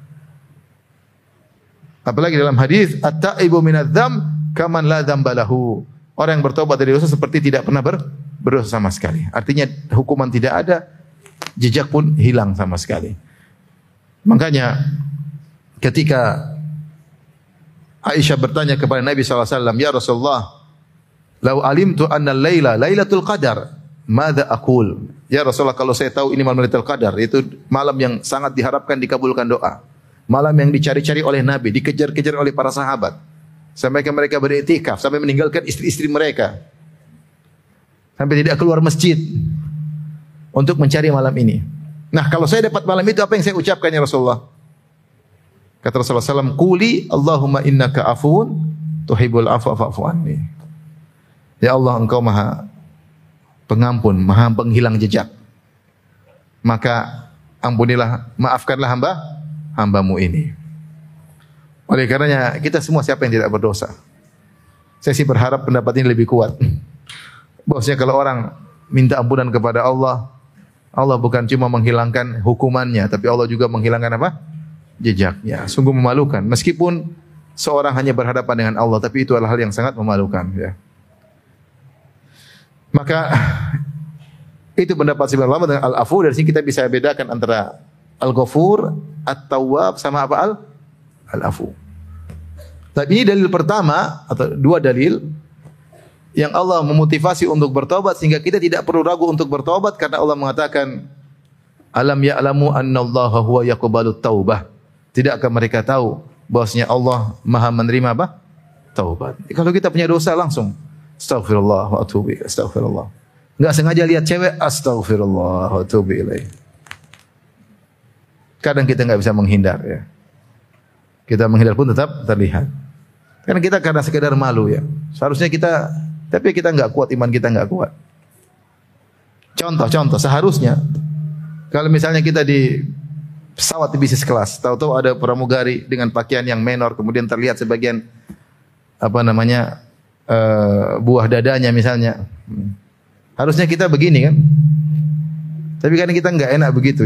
Apalagi dalam hadis at-taibu minadz-dzam kaman la dzamba lahu. Orang yang bertobat dari dosa seperti tidak pernah ber, berdosa sama sekali. Artinya hukuman tidak ada, jejak pun hilang sama sekali. Makanya ketika Aisyah bertanya kepada Nabi sallallahu alaihi wasallam, "Ya Rasulullah, lau alimtu anna al-laila lailatul qadar, madza aqul?" Ya Rasulullah, kalau saya tahu ini malam Lailatul Qadar, itu malam yang sangat diharapkan dikabulkan doa. Malam yang dicari-cari oleh Nabi, dikejar-kejar oleh para sahabat. Sampai mereka beriktikaf, sampai meninggalkan istri-istri mereka. Sampai tidak keluar masjid untuk mencari malam ini. Nah, kalau saya dapat malam itu, apa yang saya ucapkan ya Rasulullah? Kata Rasulullah sallallahu alaihi wasallam, "Quli Allahumma innaka afuun tuhibbul afwa fa'fu anni." Ya Allah, Engkau Maha Pengampun, Maha Penghilang jejak. Maka ampunilah, maafkanlah hamba hambamu ini. Oleh karenanya kita semua siapa yang tidak berdosa? Saya sih berharap pendapat ini lebih kuat. Bahwasanya kalau orang minta ampunan kepada Allah, Allah bukan cuma menghilangkan hukumannya, tapi Allah juga menghilangkan apa? Jejaknya. Sungguh memalukan. Meskipun seorang hanya berhadapan dengan Allah, tapi itu adalah hal yang sangat memalukan. Ya. Maka itu pendapat sebagian ulama dengan Al-Afu. Dari sini kita bisa bedakan antara Al-Ghafur, At-Tawwab sama apa? Al Al-Afu. Tapi ini dalil pertama atau dua dalil yang Allah memotivasi untuk bertobat sehingga kita tidak perlu ragu untuk bertobat karena Allah mengatakan alam ya'lamu annallaha huwa yaqbalut taubah. Tidakkah mereka tahu bahwasanya Allah Maha menerima apa? Taubat. Kalau kita punya dosa langsung astaghfirullah wa atubu ilaih. Astaghfirullah. Enggak sengaja lihat cewek astaghfirullah wa atubu ilaih. Kadang kita enggak bisa menghindar ya. Kita menghindar pun tetap terlihat. Karena kita karena sekedar malu ya. Seharusnya kita, tapi kita enggak kuat, iman kita enggak kuat. Contoh-contoh, seharusnya kalau misalnya kita di pesawat di bisnis kelas, tahu-tahu ada pramugari dengan pakaian yang menor, kemudian terlihat sebagian apa namanya uh, buah dadanya misalnya. Harusnya kita begini kan. Tapi karena kita enggak enak begitu.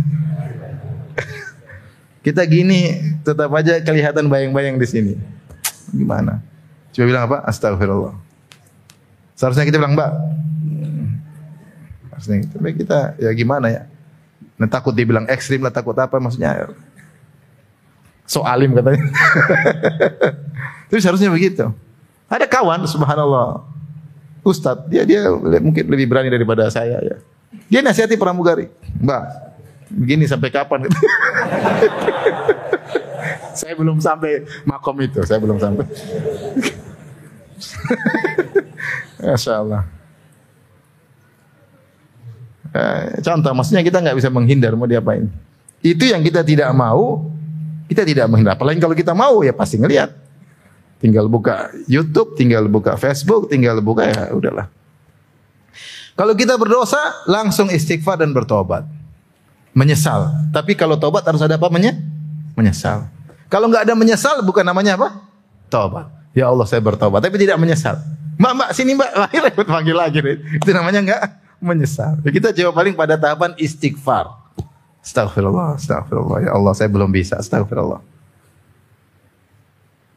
Kita gini tetap aja kelihatan bayang-bayang di sini. Gimana? Coba bilang apa? Astagfirullah. Seharusnya kita bilang, Mbak. Harusnya kita, kita ya gimana ya? Nah, takut dibilang ekstrim lah, takut apa maksudnya? So alim katanya. Tapi seharusnya begitu. Ada kawan, subhanallah, Ustadz, dia dia mungkin lebih berani daripada saya ya. Dia nasihati pramugari, Mbak, begini sampai kapan? Saya belum sampai makom itu, saya belum sampai. Masya Allah. Eh, contoh, maksudnya kita nggak bisa menghindar mau diapain. Itu yang kita tidak mau, kita tidak menghindar. Apalagi kalau kita mau ya pasti ngelihat. Tinggal buka YouTube, tinggal buka Facebook, tinggal buka ya udahlah. Kalau kita berdosa langsung istighfar dan bertobat. Menyesal. Tapi kalau tobat harus ada apa? Menye? Menyesal. Kalau nggak ada menyesal, bukan namanya apa? Tobat. Ya Allah, saya bertobat, tapi tidak menyesal. Mbak, mbak, sini mbak, lagi repot panggil lagi. Itu namanya nggak menyesal. Kita coba paling pada tahapan istighfar. Astagfirullah, astagfirullah. Ya Allah, saya belum bisa. Astagfirullah.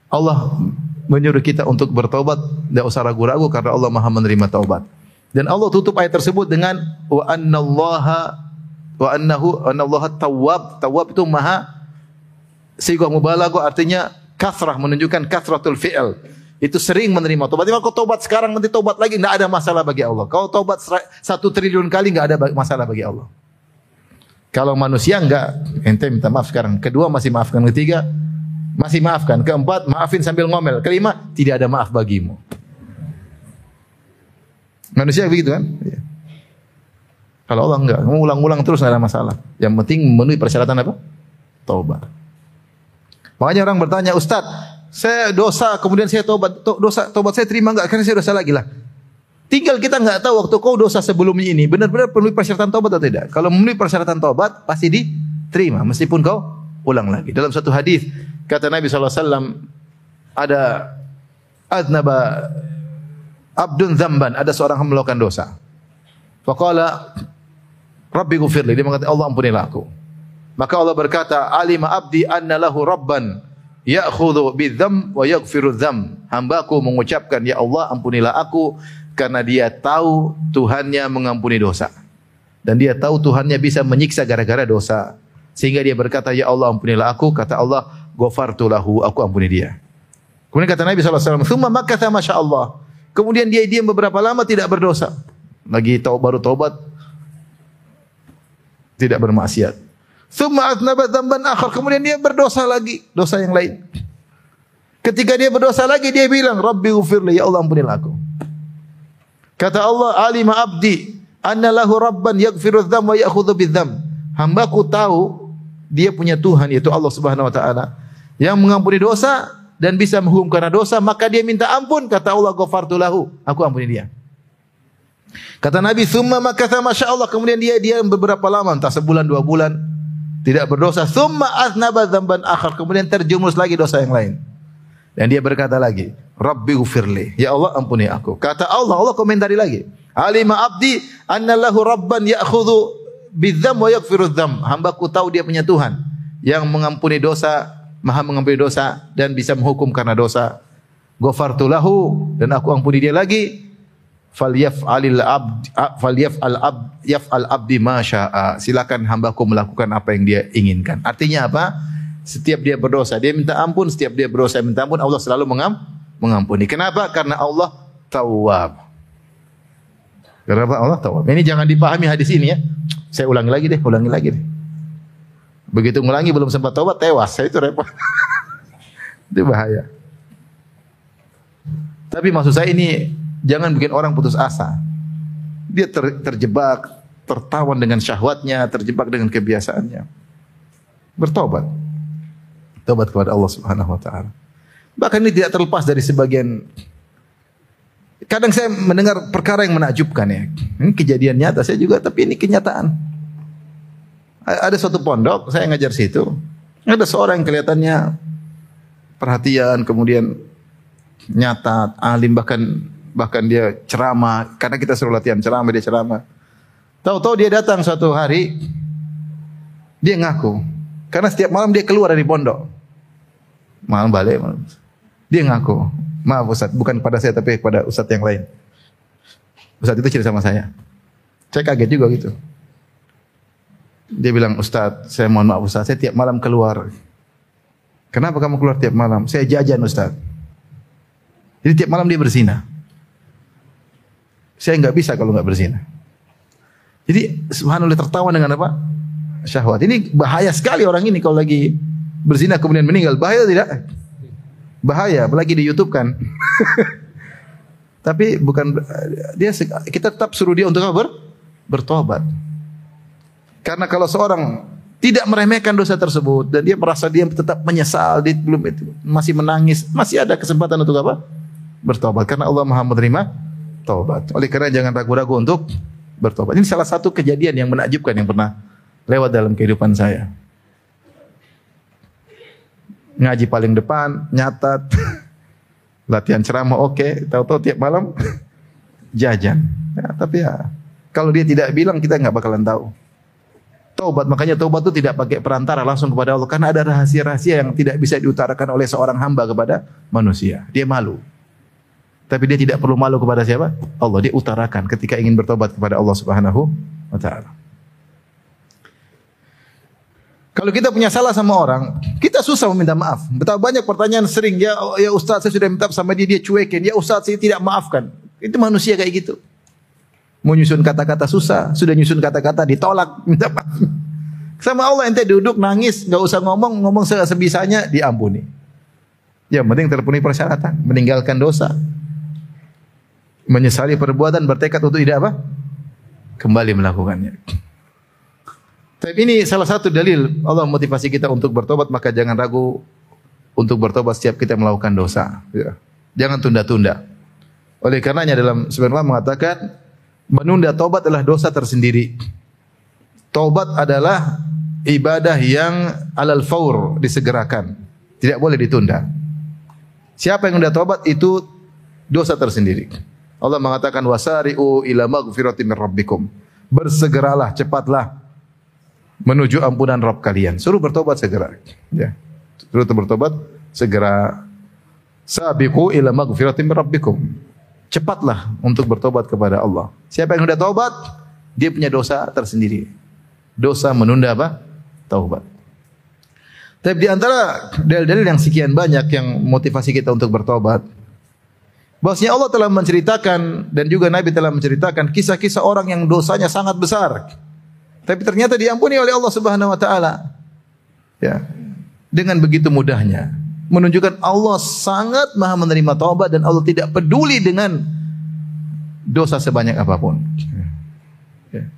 Allah menyuruh kita untuk bertobat, tidak usah ragu-ragu karena Allah Maha menerima taubat. Dan Allah tutup ayat tersebut dengan wa annallaha wa annahu anallaha tawwab. Tawwab itu maha sigah mubalaghah, artinya kasrah, menunjukkan kasratul fi'l. Itu sering menerima taubat. Kalau kau taubat sekarang nanti taubat lagi enggak ada masalah bagi Allah. Kau taubat satu triliun kali enggak ada masalah bagi Allah. Kalau manusia enggak, ente minta maaf sekarang. Kedua masih maafkan, ketiga masih maafkan, keempat maafin sambil ngomel, kelima tidak ada maaf bagimu. Manusia begitu kan? Ya. Kalau Allah enggak, kamu ulang-ulang terus enggak ada masalah. Yang penting memenuhi persyaratan apa? Taubat. Makanya orang bertanya, Ustaz, saya dosa kemudian saya taubat, dosa taubat saya terima enggak? Karena saya dosa lagi lah. Tinggal kita enggak tahu waktu kau dosa sebelumnya ini benar-benar penuhi persyaratan taubat atau tidak. Kalau memenuhi persyaratan taubat pasti diterima meskipun kau ulang lagi. Dalam satu hadis kata Nabi sallallahu alaihi wasallam, ada adnaba abdun dzamban, ada seorang yang melakukan dosa. Faqala Rabbi ghfirli, dia mengatakan Allah ampunilah aku. Maka Allah berkata, alima abdi anna lahu rabban ya'khudhu bidzam wa yaghfiru dzam. Hambaku mengucapkan, ya Allah ampunilah aku, karena dia tahu Tuhannya mengampuni dosa. Dan dia tahu Tuhannya bisa menyiksa gara-gara dosa. Sehingga dia berkata, ya Allah ampunilah aku. Kata Allah, ghafartu lahu, aku ampuni dia. Kemudian kata Nabi sallallahu alaihi wasallam, "Tsumma makatha masyaallah." Kemudian dia diam beberapa lama tidak berdosa. Lagi tahu baru taubat, tidak bermaksiat. Tsumma aznaba dzamban akhar. Kemudian dia berdosa lagi, dosa yang lain. Ketika dia berdosa lagi, dia bilang, "Rabbi ghfirli, ya Allah ampunilah aku." Kata Allah, "Alima abdi anna lahu rabban yaghfiru dzam wa ya'khudhu bidzam." Hambaku tahu dia punya Tuhan, yaitu Allah Subhanahu wa taala, yang mengampuni dosa dan bisa menghukum karena dosa, maka dia minta ampun. Kata Allah, ghafartu lahu, aku ampuni dia. Kata Nabi, "Tsumma makatha masyaallah." Kemudian dia dia beberapa lama, entah sebulan dua bulan tidak berdosa. "Tsumma aznaba dzamban akhar." Kemudian terjumus lagi dosa yang lain. Dan dia berkata lagi, "Rabbi ghfirli, ya Allah ampuni aku." Kata Allah, Allah komentari lagi, "Alima abdi anna lahu rabban ya'khudhu bidzam wa yaghfiru dzam." Hambaku tahu dia punya Tuhan yang mengampuni dosa, Maha mengampuni dosa dan bisa menghukum karena dosa. Ghafartu lahu, dan aku ampuni dia lagi. Falyaf'alil abd falyaf'al abd yaf'al abdi ma syaa. Silakan hambaku melakukan apa yang dia inginkan. Artinya apa? Setiap dia berdosa dia minta ampun, setiap dia berdosa minta ampun, Allah selalu mengam, mengampuni. Kenapa? Karena Allah Tawwab. Kenapa Allah Tawwab? Ini jangan dipahami hadis ini ya. Saya ulangi lagi deh, ulangi lagi deh. Begitu ngulangi belum sempat taubat tewas, saya itu repot. Itu bahaya. Tapi maksud saya ini jangan bikin orang putus asa. Dia ter, terjebak, tertawan dengan syahwatnya, terjebak dengan kebiasaannya. Bertobat. Tobat kepada Allah Subhanahu wa taala. Bahkan ini tidak terlepas dari sebagian. Kadang saya mendengar perkara yang menakjubkan ya. Ini kejadian nyata saya juga, tapi ini kenyataan. Ada suatu pondok, saya ngajar situ. Ada seorang yang kelihatannya perhatian, kemudian nyata, alim, bahkan bahkan dia ceramah. Karena kita suruh latihan ceramah, dia ceramah. Tahu-tahu dia datang suatu hari, dia ngaku. Karena setiap malam dia keluar dari pondok. Malam balik, malam. Dia ngaku, maaf Ustaz, bukan pada saya tapi pada Ustaz yang lain. Ustaz itu cerita sama saya. Saya kaget juga gitu. Dia bilang, "Ustaz, saya mohon maaf Ustaz, saya tiap malam keluar." "Kenapa kamu keluar tiap malam?" "Saya jajan Ustaz." Jadi tiap malam dia berzina. Saya enggak bisa kalau enggak berzina. Jadi subhanallah tertawa dengan apa? Syahwat. Ini bahaya sekali orang ini kalau lagi berzina kemudian meninggal. Bahaya tidak? Bahaya, apalagi di YouTube kan. Tapi bukan dia, kita tetap suruh dia untuk apa? Ber, bertobat. Karena kalau seorang tidak meremehkan dosa tersebut dan dia merasa dia tetap menyesal, dia belum itu masih menangis, masih ada kesempatan untuk apa? Bertobat. Karena Allah Maha menerima taubat. Oleh karena jangan ragu-ragu untuk bertobat. Ini salah satu kejadian yang menakjubkan yang pernah lewat dalam kehidupan saya. Ngaji paling depan, nyatat, latihan ceramah oke, okay. Tahu-tahu tiap malam jajan. Ya, tapi ya kalau dia tidak bilang kita nggak bakalan tahu. taubat. Makanya taubat itu tidak pakai perantara, langsung kepada Allah. Karena ada rahasia-rahasia yang tidak bisa diutarakan oleh seorang hamba kepada manusia. Dia malu. Tapi dia tidak perlu malu kepada siapa? Allah. Dia utarakan ketika ingin bertobat kepada Allah Subhanahu wa taala. Kalau kita punya salah sama orang, kita susah meminta maaf. Betapa banyak pertanyaan sering, ya ya Ustaz saya sudah minta sama dia, dia cuekin. Ya Ustaz saya tidak maafkan. Itu manusia kayak gitu. Mau nyusun kata-kata susah, sudah nyusun kata-kata ditolak, minta maaf. Sama Allah ente duduk nangis, enggak usah ngomong, ngomong sebisanya diampuni. Ya penting terpenuhi persyaratan, meninggalkan dosa. Menyesali perbuatan, bertekad untuk tidak apa? Kembali melakukannya. Tapi ini salah satu dalil Allah motivasi kita untuk bertobat, maka jangan ragu untuk bertobat setiap kita melakukan dosa. Ya. Jangan tunda-tunda. Oleh karenanya dalam sebenarnya mengatakan menunda tobat adalah dosa tersendiri. Tobat adalah ibadah yang alal faur, disegerakan. Tidak boleh ditunda. Siapa yang menunda tobat itu dosa tersendiri. Allah mengatakan wasari'u ila maghfiratin min rabbikum. Bersegeralah, cepatlah menuju ampunan Rabb kalian. Suruh bertobat segera. Ya. Suruh bertobat segera. Sabiqu ila maghfiratin min rabbikum. Cepatlah untuk bertobat kepada Allah. Siapa yang sudah taubat, dia punya dosa tersendiri. Dosa menunda apa? Taubat. Tapi di antara dalil-dalil yang sekian banyak yang motivasi kita untuk bertobat, bahwasanya Allah telah menceritakan dan juga Nabi telah menceritakan kisah-kisah orang yang dosanya sangat besar. Tapi ternyata diampuni oleh Allah Subhanahu wa taala. Ya. Dengan begitu mudahnya, menunjukkan Allah sangat Maha menerima taubat dan Allah tidak peduli dengan dosa sebanyak apapun. Ya.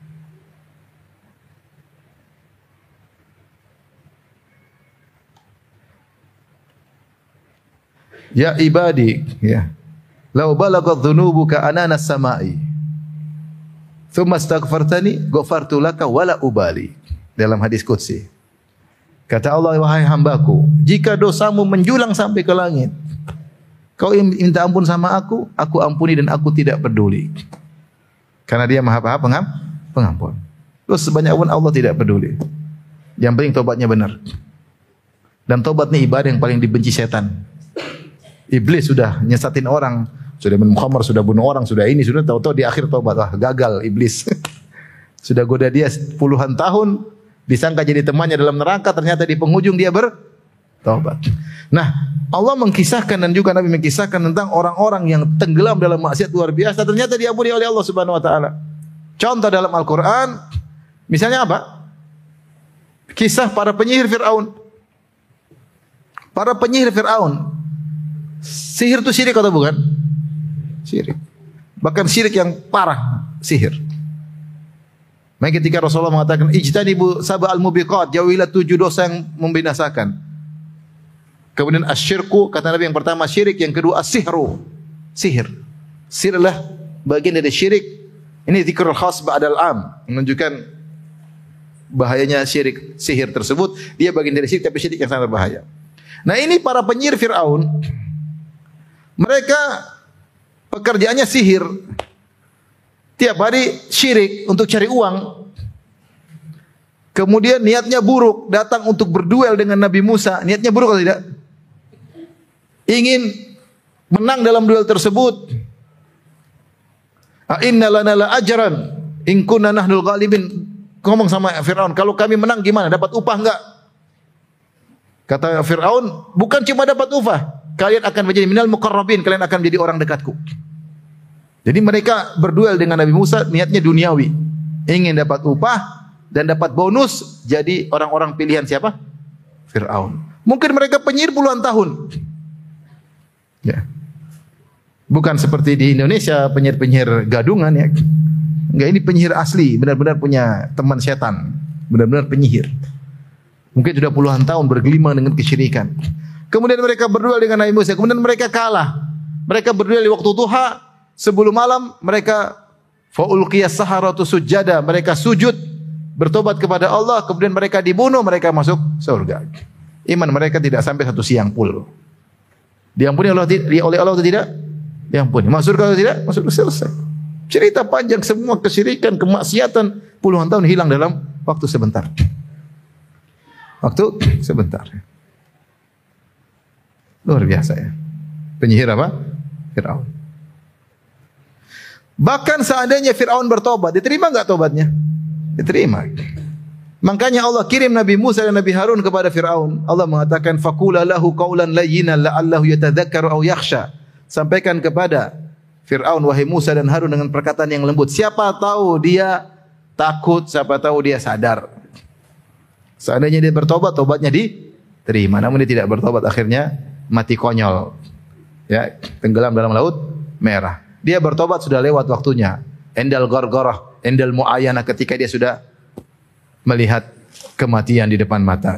Ya ibadi, ya. Lau balagat dhunubuka ananas samai. Thumma astaghfartani ghafartu laka wala ubali. Dalam hadis qudsi. Kata Allah, wahai hambaku, jika dosamu menjulang sampai ke langit, kau minta ampun sama aku, aku ampuni dan aku tidak peduli. Karena dia Maha Pengampun. Terus sebanyak pun Allah tidak peduli. Yang penting tobatnya benar. Dan tobat ini ibadah yang paling dibenci setan. Iblis sudah nyesatin orang, sudah Muhammad sudah bunuh orang, sudah ini, sudah tahu-tahu di akhir tobat, wah gagal iblis. Sudah goda dia puluhan tahun, disangka jadi temannya dalam neraka, ternyata di penghujung dia bertobat. Nah, Allah mengkisahkan dan juga Nabi mengkisahkan tentang orang-orang yang tenggelam dalam maksiat luar biasa, ternyata diampuni oleh Allah Subhanahu wa taala. Contoh dalam Al-Qur'an, misalnya apa? Kisah para penyihir Firaun. Para penyihir Firaun. Sihir itu syirik atau bukan? Syirik. Bahkan syirik yang parah, sihir. Maka ketika Rasulullah mengatakan ijtanibu sab'al mubiqat, jauhilah tujuh dosa yang membinasakan. Kemudian asyirku, kata Nabi yang pertama syirik, yang kedua as-sihru, sihir. Sihir adalah bagian dari syirik. Ini dzikrul khas ba'dal am, menunjukkan bahayanya syirik, sihir tersebut. Dia bagian dari syirik, tapi syirik yang sangat berbahaya. Nah ini para penyihir Fir'aun, mereka pekerjaannya sihir. Tiap hari syirik untuk cari uang. Kemudian niatnya buruk, datang untuk berduel dengan Nabi Musa. Niatnya buruk atau tidak? Ingin menang dalam duel tersebut. A inna lana la ajran in kunna nahnul ghalibin. Ngomong sama Firaun, kalau kami menang gimana? Dapat upah enggak? Kata Firaun, bukan cuma dapat upah, kalian akan menjadi minal muqarrabin, kalian akan menjadi orang dekatku. Jadi mereka berduel dengan Nabi Musa, niatnya duniawi, ingin dapat upah dan dapat bonus jadi orang-orang pilihan siapa? Firaun. Mungkin mereka penyihir puluhan tahun. Ya. Bukan seperti di Indonesia penyihir-penyihir gadungan ya. Enggak, ini penyihir asli, benar-benar punya teman setan, benar-benar penyihir. Mungkin sudah puluhan tahun bergelimang dengan kesyirikan. Kemudian mereka berduel dengan Nabi Musa. Kemudian mereka kalah. Mereka berduel di waktu duha. Sebelum malam mereka faulqiyas saharatu sujada. Mereka sujud bertobat kepada Allah. Kemudian mereka dibunuh. Mereka masuk surga. Iman mereka tidak sampai satu siang pul. Diampuni Allah oleh Allah atau tidak? Diampuni. Masuk surga atau tidak? Masuk surga. Selesai. Cerita panjang semua kesyirikan, kemaksiatan puluhan tahun hilang dalam Waktu sebentar. Waktu sebentar. Luar biasa ya. Penyihir apa? Fir'aun. Bahkan seandainya Fir'aun bertobat, diterima enggak tobatnya? Diterima. Makanya Allah kirim Nabi Musa dan Nabi Harun kepada Fir'aun. Allah mengatakan faqula lahu qawlan layyinan la'allahu yatadzakkaru aw yakhsha. Sampaikan kepada Fir'aun, wahai Musa dan Harun, dengan perkataan yang lembut. Siapa tahu dia takut, siapa tahu dia sadar. Seandainya dia bertobat, tobatnya diterima. Namun dia tidak bertobat, akhirnya mati konyol. Ya, tenggelam dalam laut merah. Dia bertobat sudah lewat waktunya. Endal gorgoroh, endal muayana, ketika dia sudah melihat kematian di depan mata.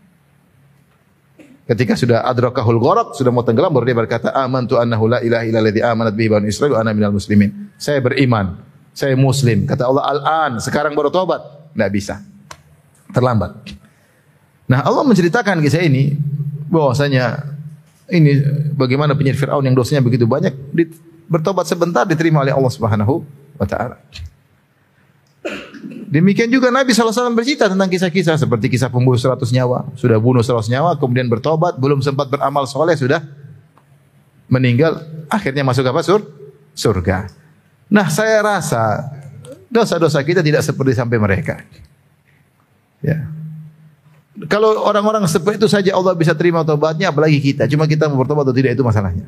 Ketika sudah adrakahul gharq, sudah mau tenggelam, baru dia berkata, amantu annahu la ilaha illa alladzi amanat bihi banu Israil wa ana minal muslimin. Saya beriman, saya muslim. Kata Allah, al-an, sekarang baru tobat. Enggak bisa. Terlambat. Nah, Allah menceritakan kisah ini bahwasanya ini bagaimana penyihir Fir'aun yang dosanya begitu banyak, bertobat sebentar diterima oleh Allah Subhanahu wa taala. Demikian juga Nabi sallallahu alaihi wasallam bercerita tentang kisah-kisah seperti kisah pembunuh seratus nyawa, sudah bunuh seratus nyawa, kemudian bertobat, belum sempat beramal soleh sudah meninggal, akhirnya masuk apa? Sur? Surga. Nah, saya rasa dosa-dosa kita tidak seperti sampai mereka. Ya. Kalau orang-orang seperti itu saja Allah bisa terima taubatnya, apalagi kita. Cuma kita mau bertobat atau tidak, itu masalahnya.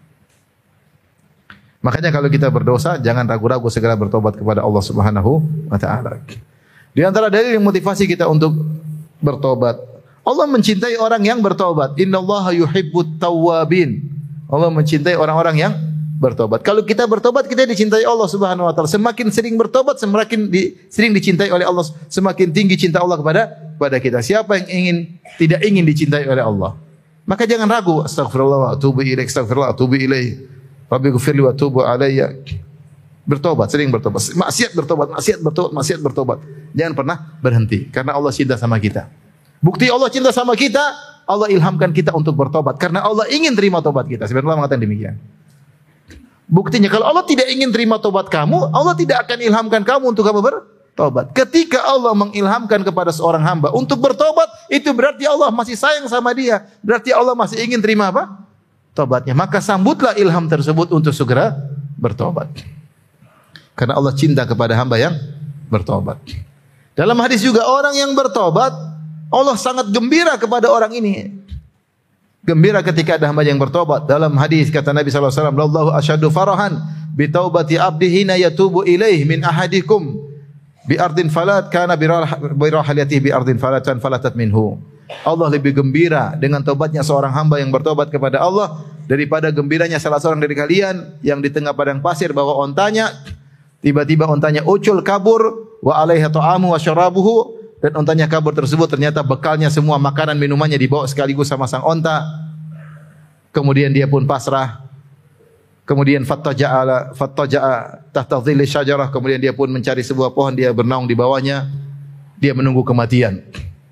Makanya kalau kita berdosa, jangan ragu-ragu segera bertobat kepada Allah Subhanahu wa taala. Di antara dalil yang motivasi kita untuk bertobat, Allah mencintai orang yang bertobat. Innallaha yuhibbut tawwabin. Allah mencintai orang-orang yang bertobat. Kalau kita bertobat, kita dicintai Allah Subhanahu wa taala. Semakin sering bertobat, semakin di, sering dicintai oleh Allah, semakin tinggi cinta Allah kepada kepada kita. Siapa yang ingin tidak ingin dicintai oleh Allah? Maka jangan ragu, astagfirullah wa atubu ilaih, astagfirullah wa atubu ilaih. Rabbi ghfirli wa atubu alayya. Bertobat, sering bertobat. Maksiat bertobat, maksiat bertobat, maksiat bertobat. Jangan pernah berhenti karena Allah cinta sama kita. Bukti Allah cinta sama kita, Allah ilhamkan kita untuk bertobat karena Allah ingin terima tobat kita. Sebenarnya Allah mengatakan demikian. Buktinya kalau Allah tidak ingin terima tobat kamu, Allah tidak akan ilhamkan kamu untuk kamu bertobat. Ketika Allah mengilhamkan kepada seorang hamba untuk bertobat, itu berarti Allah masih sayang sama dia. Berarti Allah masih ingin terima apa? Tobatnya. Maka sambutlah ilham tersebut untuk segera bertobat. Karena Allah cinta kepada hamba yang bertobat. Dalam hadis juga orang yang bertobat, Allah sangat gembira kepada orang ini. Gembira ketika ada hamba yang bertobat. Dalam hadis kata Nabi sallallahu alaihi wasallam, "Wallahu asyaddu farahan bi taubati abdihi hina yatubu ilaih min ahadikum bi ardin falat kana bi rahalatihi bi ardin falatan falatat minhu." Allah lebih gembira dengan taubatnya seorang hamba yang bertobat kepada Allah daripada gembiranya salah seorang dari kalian yang di tengah padang pasir bawa ontanya, tiba-tiba ontanya ucul kabur, wa alaiha ta'amu wa syarabuhu, dan ontanya kabur tersebut ternyata bekalnya semua makanan minumannya dibawa sekaligus sama sang onta. Kemudian dia pun pasrah. Kemudian fattaja'a fattaja'a tahta dhilli syajarah, kemudian dia pun mencari sebuah pohon, dia bernaung di bawahnya. Dia menunggu kematian.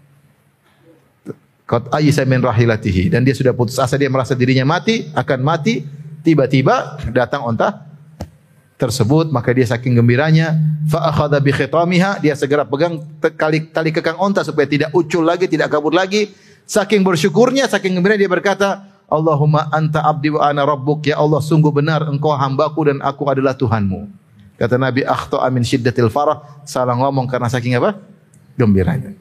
Qad ayisa min rahilatihi, dan dia sudah putus asa, dia merasa dirinya mati, akan mati. Tiba-tiba datang onta tersebut, maka dia saking gembiranya, fa akhadha bi khitamiha, dia segera pegang tali tali kekang onta supaya tidak ucul lagi, tidak kabur lagi. Saking bersyukurnya, saking gembiranya dia berkata, Allahumma anta abdi wa ana rabbuk, ya Allah sungguh benar engkau hambaku dan aku adalah Tuhanmu. Kata Nabi, akhta'a min syiddatil farah, salah ngomong karena saking apa? Gembiranya.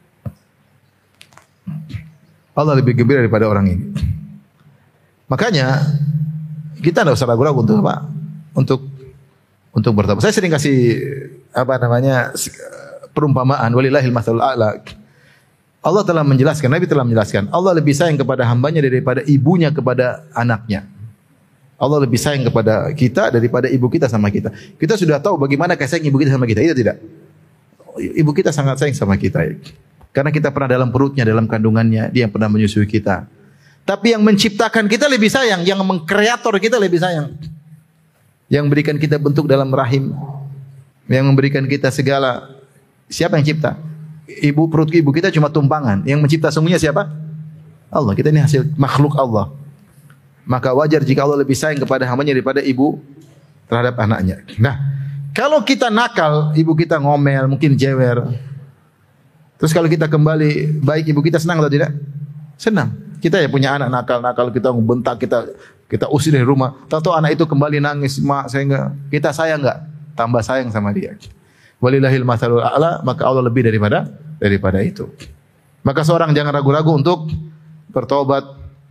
Allah lebih gembira daripada orang ini. Makanya kita tidak usah ragu-ragu untuk apa? Untuk untuk bertobat. Saya sering kasih apa namanya perumpamaan, walillahil matsalul a'la. Allah telah menjelaskan, Nabi telah menjelaskan, Allah lebih sayang kepada hambanya daripada ibunya kepada anaknya. Allah lebih sayang kepada kita daripada ibu kita sama kita. Kita sudah tahu bagaimana kasih sayang ibu kita sama kita, iya tidak? Ibu kita sangat sayang sama kita. Karena kita pernah dalam perutnya, dalam kandungannya, dia yang pernah menyusui kita. Tapi yang menciptakan kita lebih sayang, yang mengkreator kita lebih sayang. Yang memberikan kita bentuk dalam rahim, yang memberikan kita segala. Siapa yang cipta? Ibu, perut ibu kita cuma tumpangan. Yang mencipta semuanya siapa? Allah. Kita ini hasil makhluk Allah. Maka wajar jika Allah lebih sayang kepada hambanya daripada ibu terhadap anaknya. Nah, kalau kita nakal, ibu kita ngomel, mungkin jewer, Terus kalau kita kembali baik ibu kita senang atau tidak? Senang. Kita ya punya anak nakal-nakal, kita membentak, kita kita usir dari rumah. Tahu-tahu anak itu kembali nangis, mak saya enggak. Kita sayang enggak? Tambah sayang sama dia. Walillahil matsalul a'la, maka Allah lebih daripada daripada itu. Maka seorang jangan ragu-ragu untuk bertobat.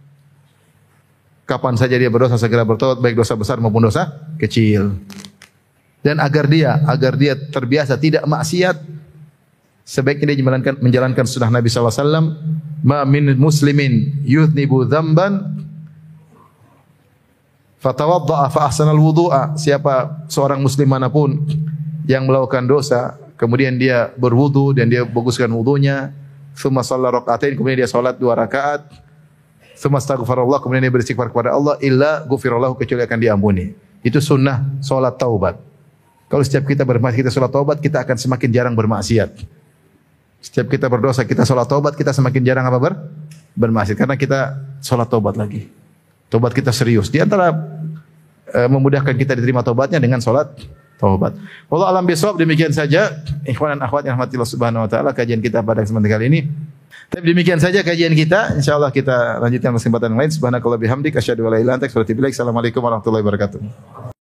Kapan saja dia berdosa segera bertobat, baik dosa besar maupun dosa kecil. Dan agar dia agar dia terbiasa tidak maksiat, sebaiknya dia menjalankan menjalankan sunnah Nabi sallallahu alaihi wasallam, ma min muslimin yudhnibu dzamban fatawadda'a fa ahsanal wudu'a. Siapa seorang muslim manapun yang melakukan dosa, kemudian dia berwudu dan dia baguskan wudunya, tsumma shalla rakaatain, kemudian dia salat dua rakaat, tsumma astaghfirullah, kemudian dia beristighfar kepada Allah, illa ghufirallahu, kecuali akan diampuni. Itu sunnah salat taubat. Kalau setiap kita bermaksiat, kita salat taubat, kita akan semakin jarang bermaksiat. Setiap kita berdosa, kita salat taubat, kita semakin jarang apa ber? bermaksiat, karena kita salat taubat lagi. Taubat kita serius. Di antara e, memudahkan kita diterima taubatnya dengan salat taubat. Wallahu alam bisawab, demikian saja ikhwan dan akhwat yang rahmatillah subhanahu wa taala kajian kita pada kesempatan kali ini. Tapi demikian saja kajian kita. Insyaallah kita lanjutkan kesempatan yang lain. Subhanakallah bihamdik asyhadu an la ilaha illa anta astaghfiruka wa atubu ilaik. Assalamualaikum warahmatullahi wabarakatuh.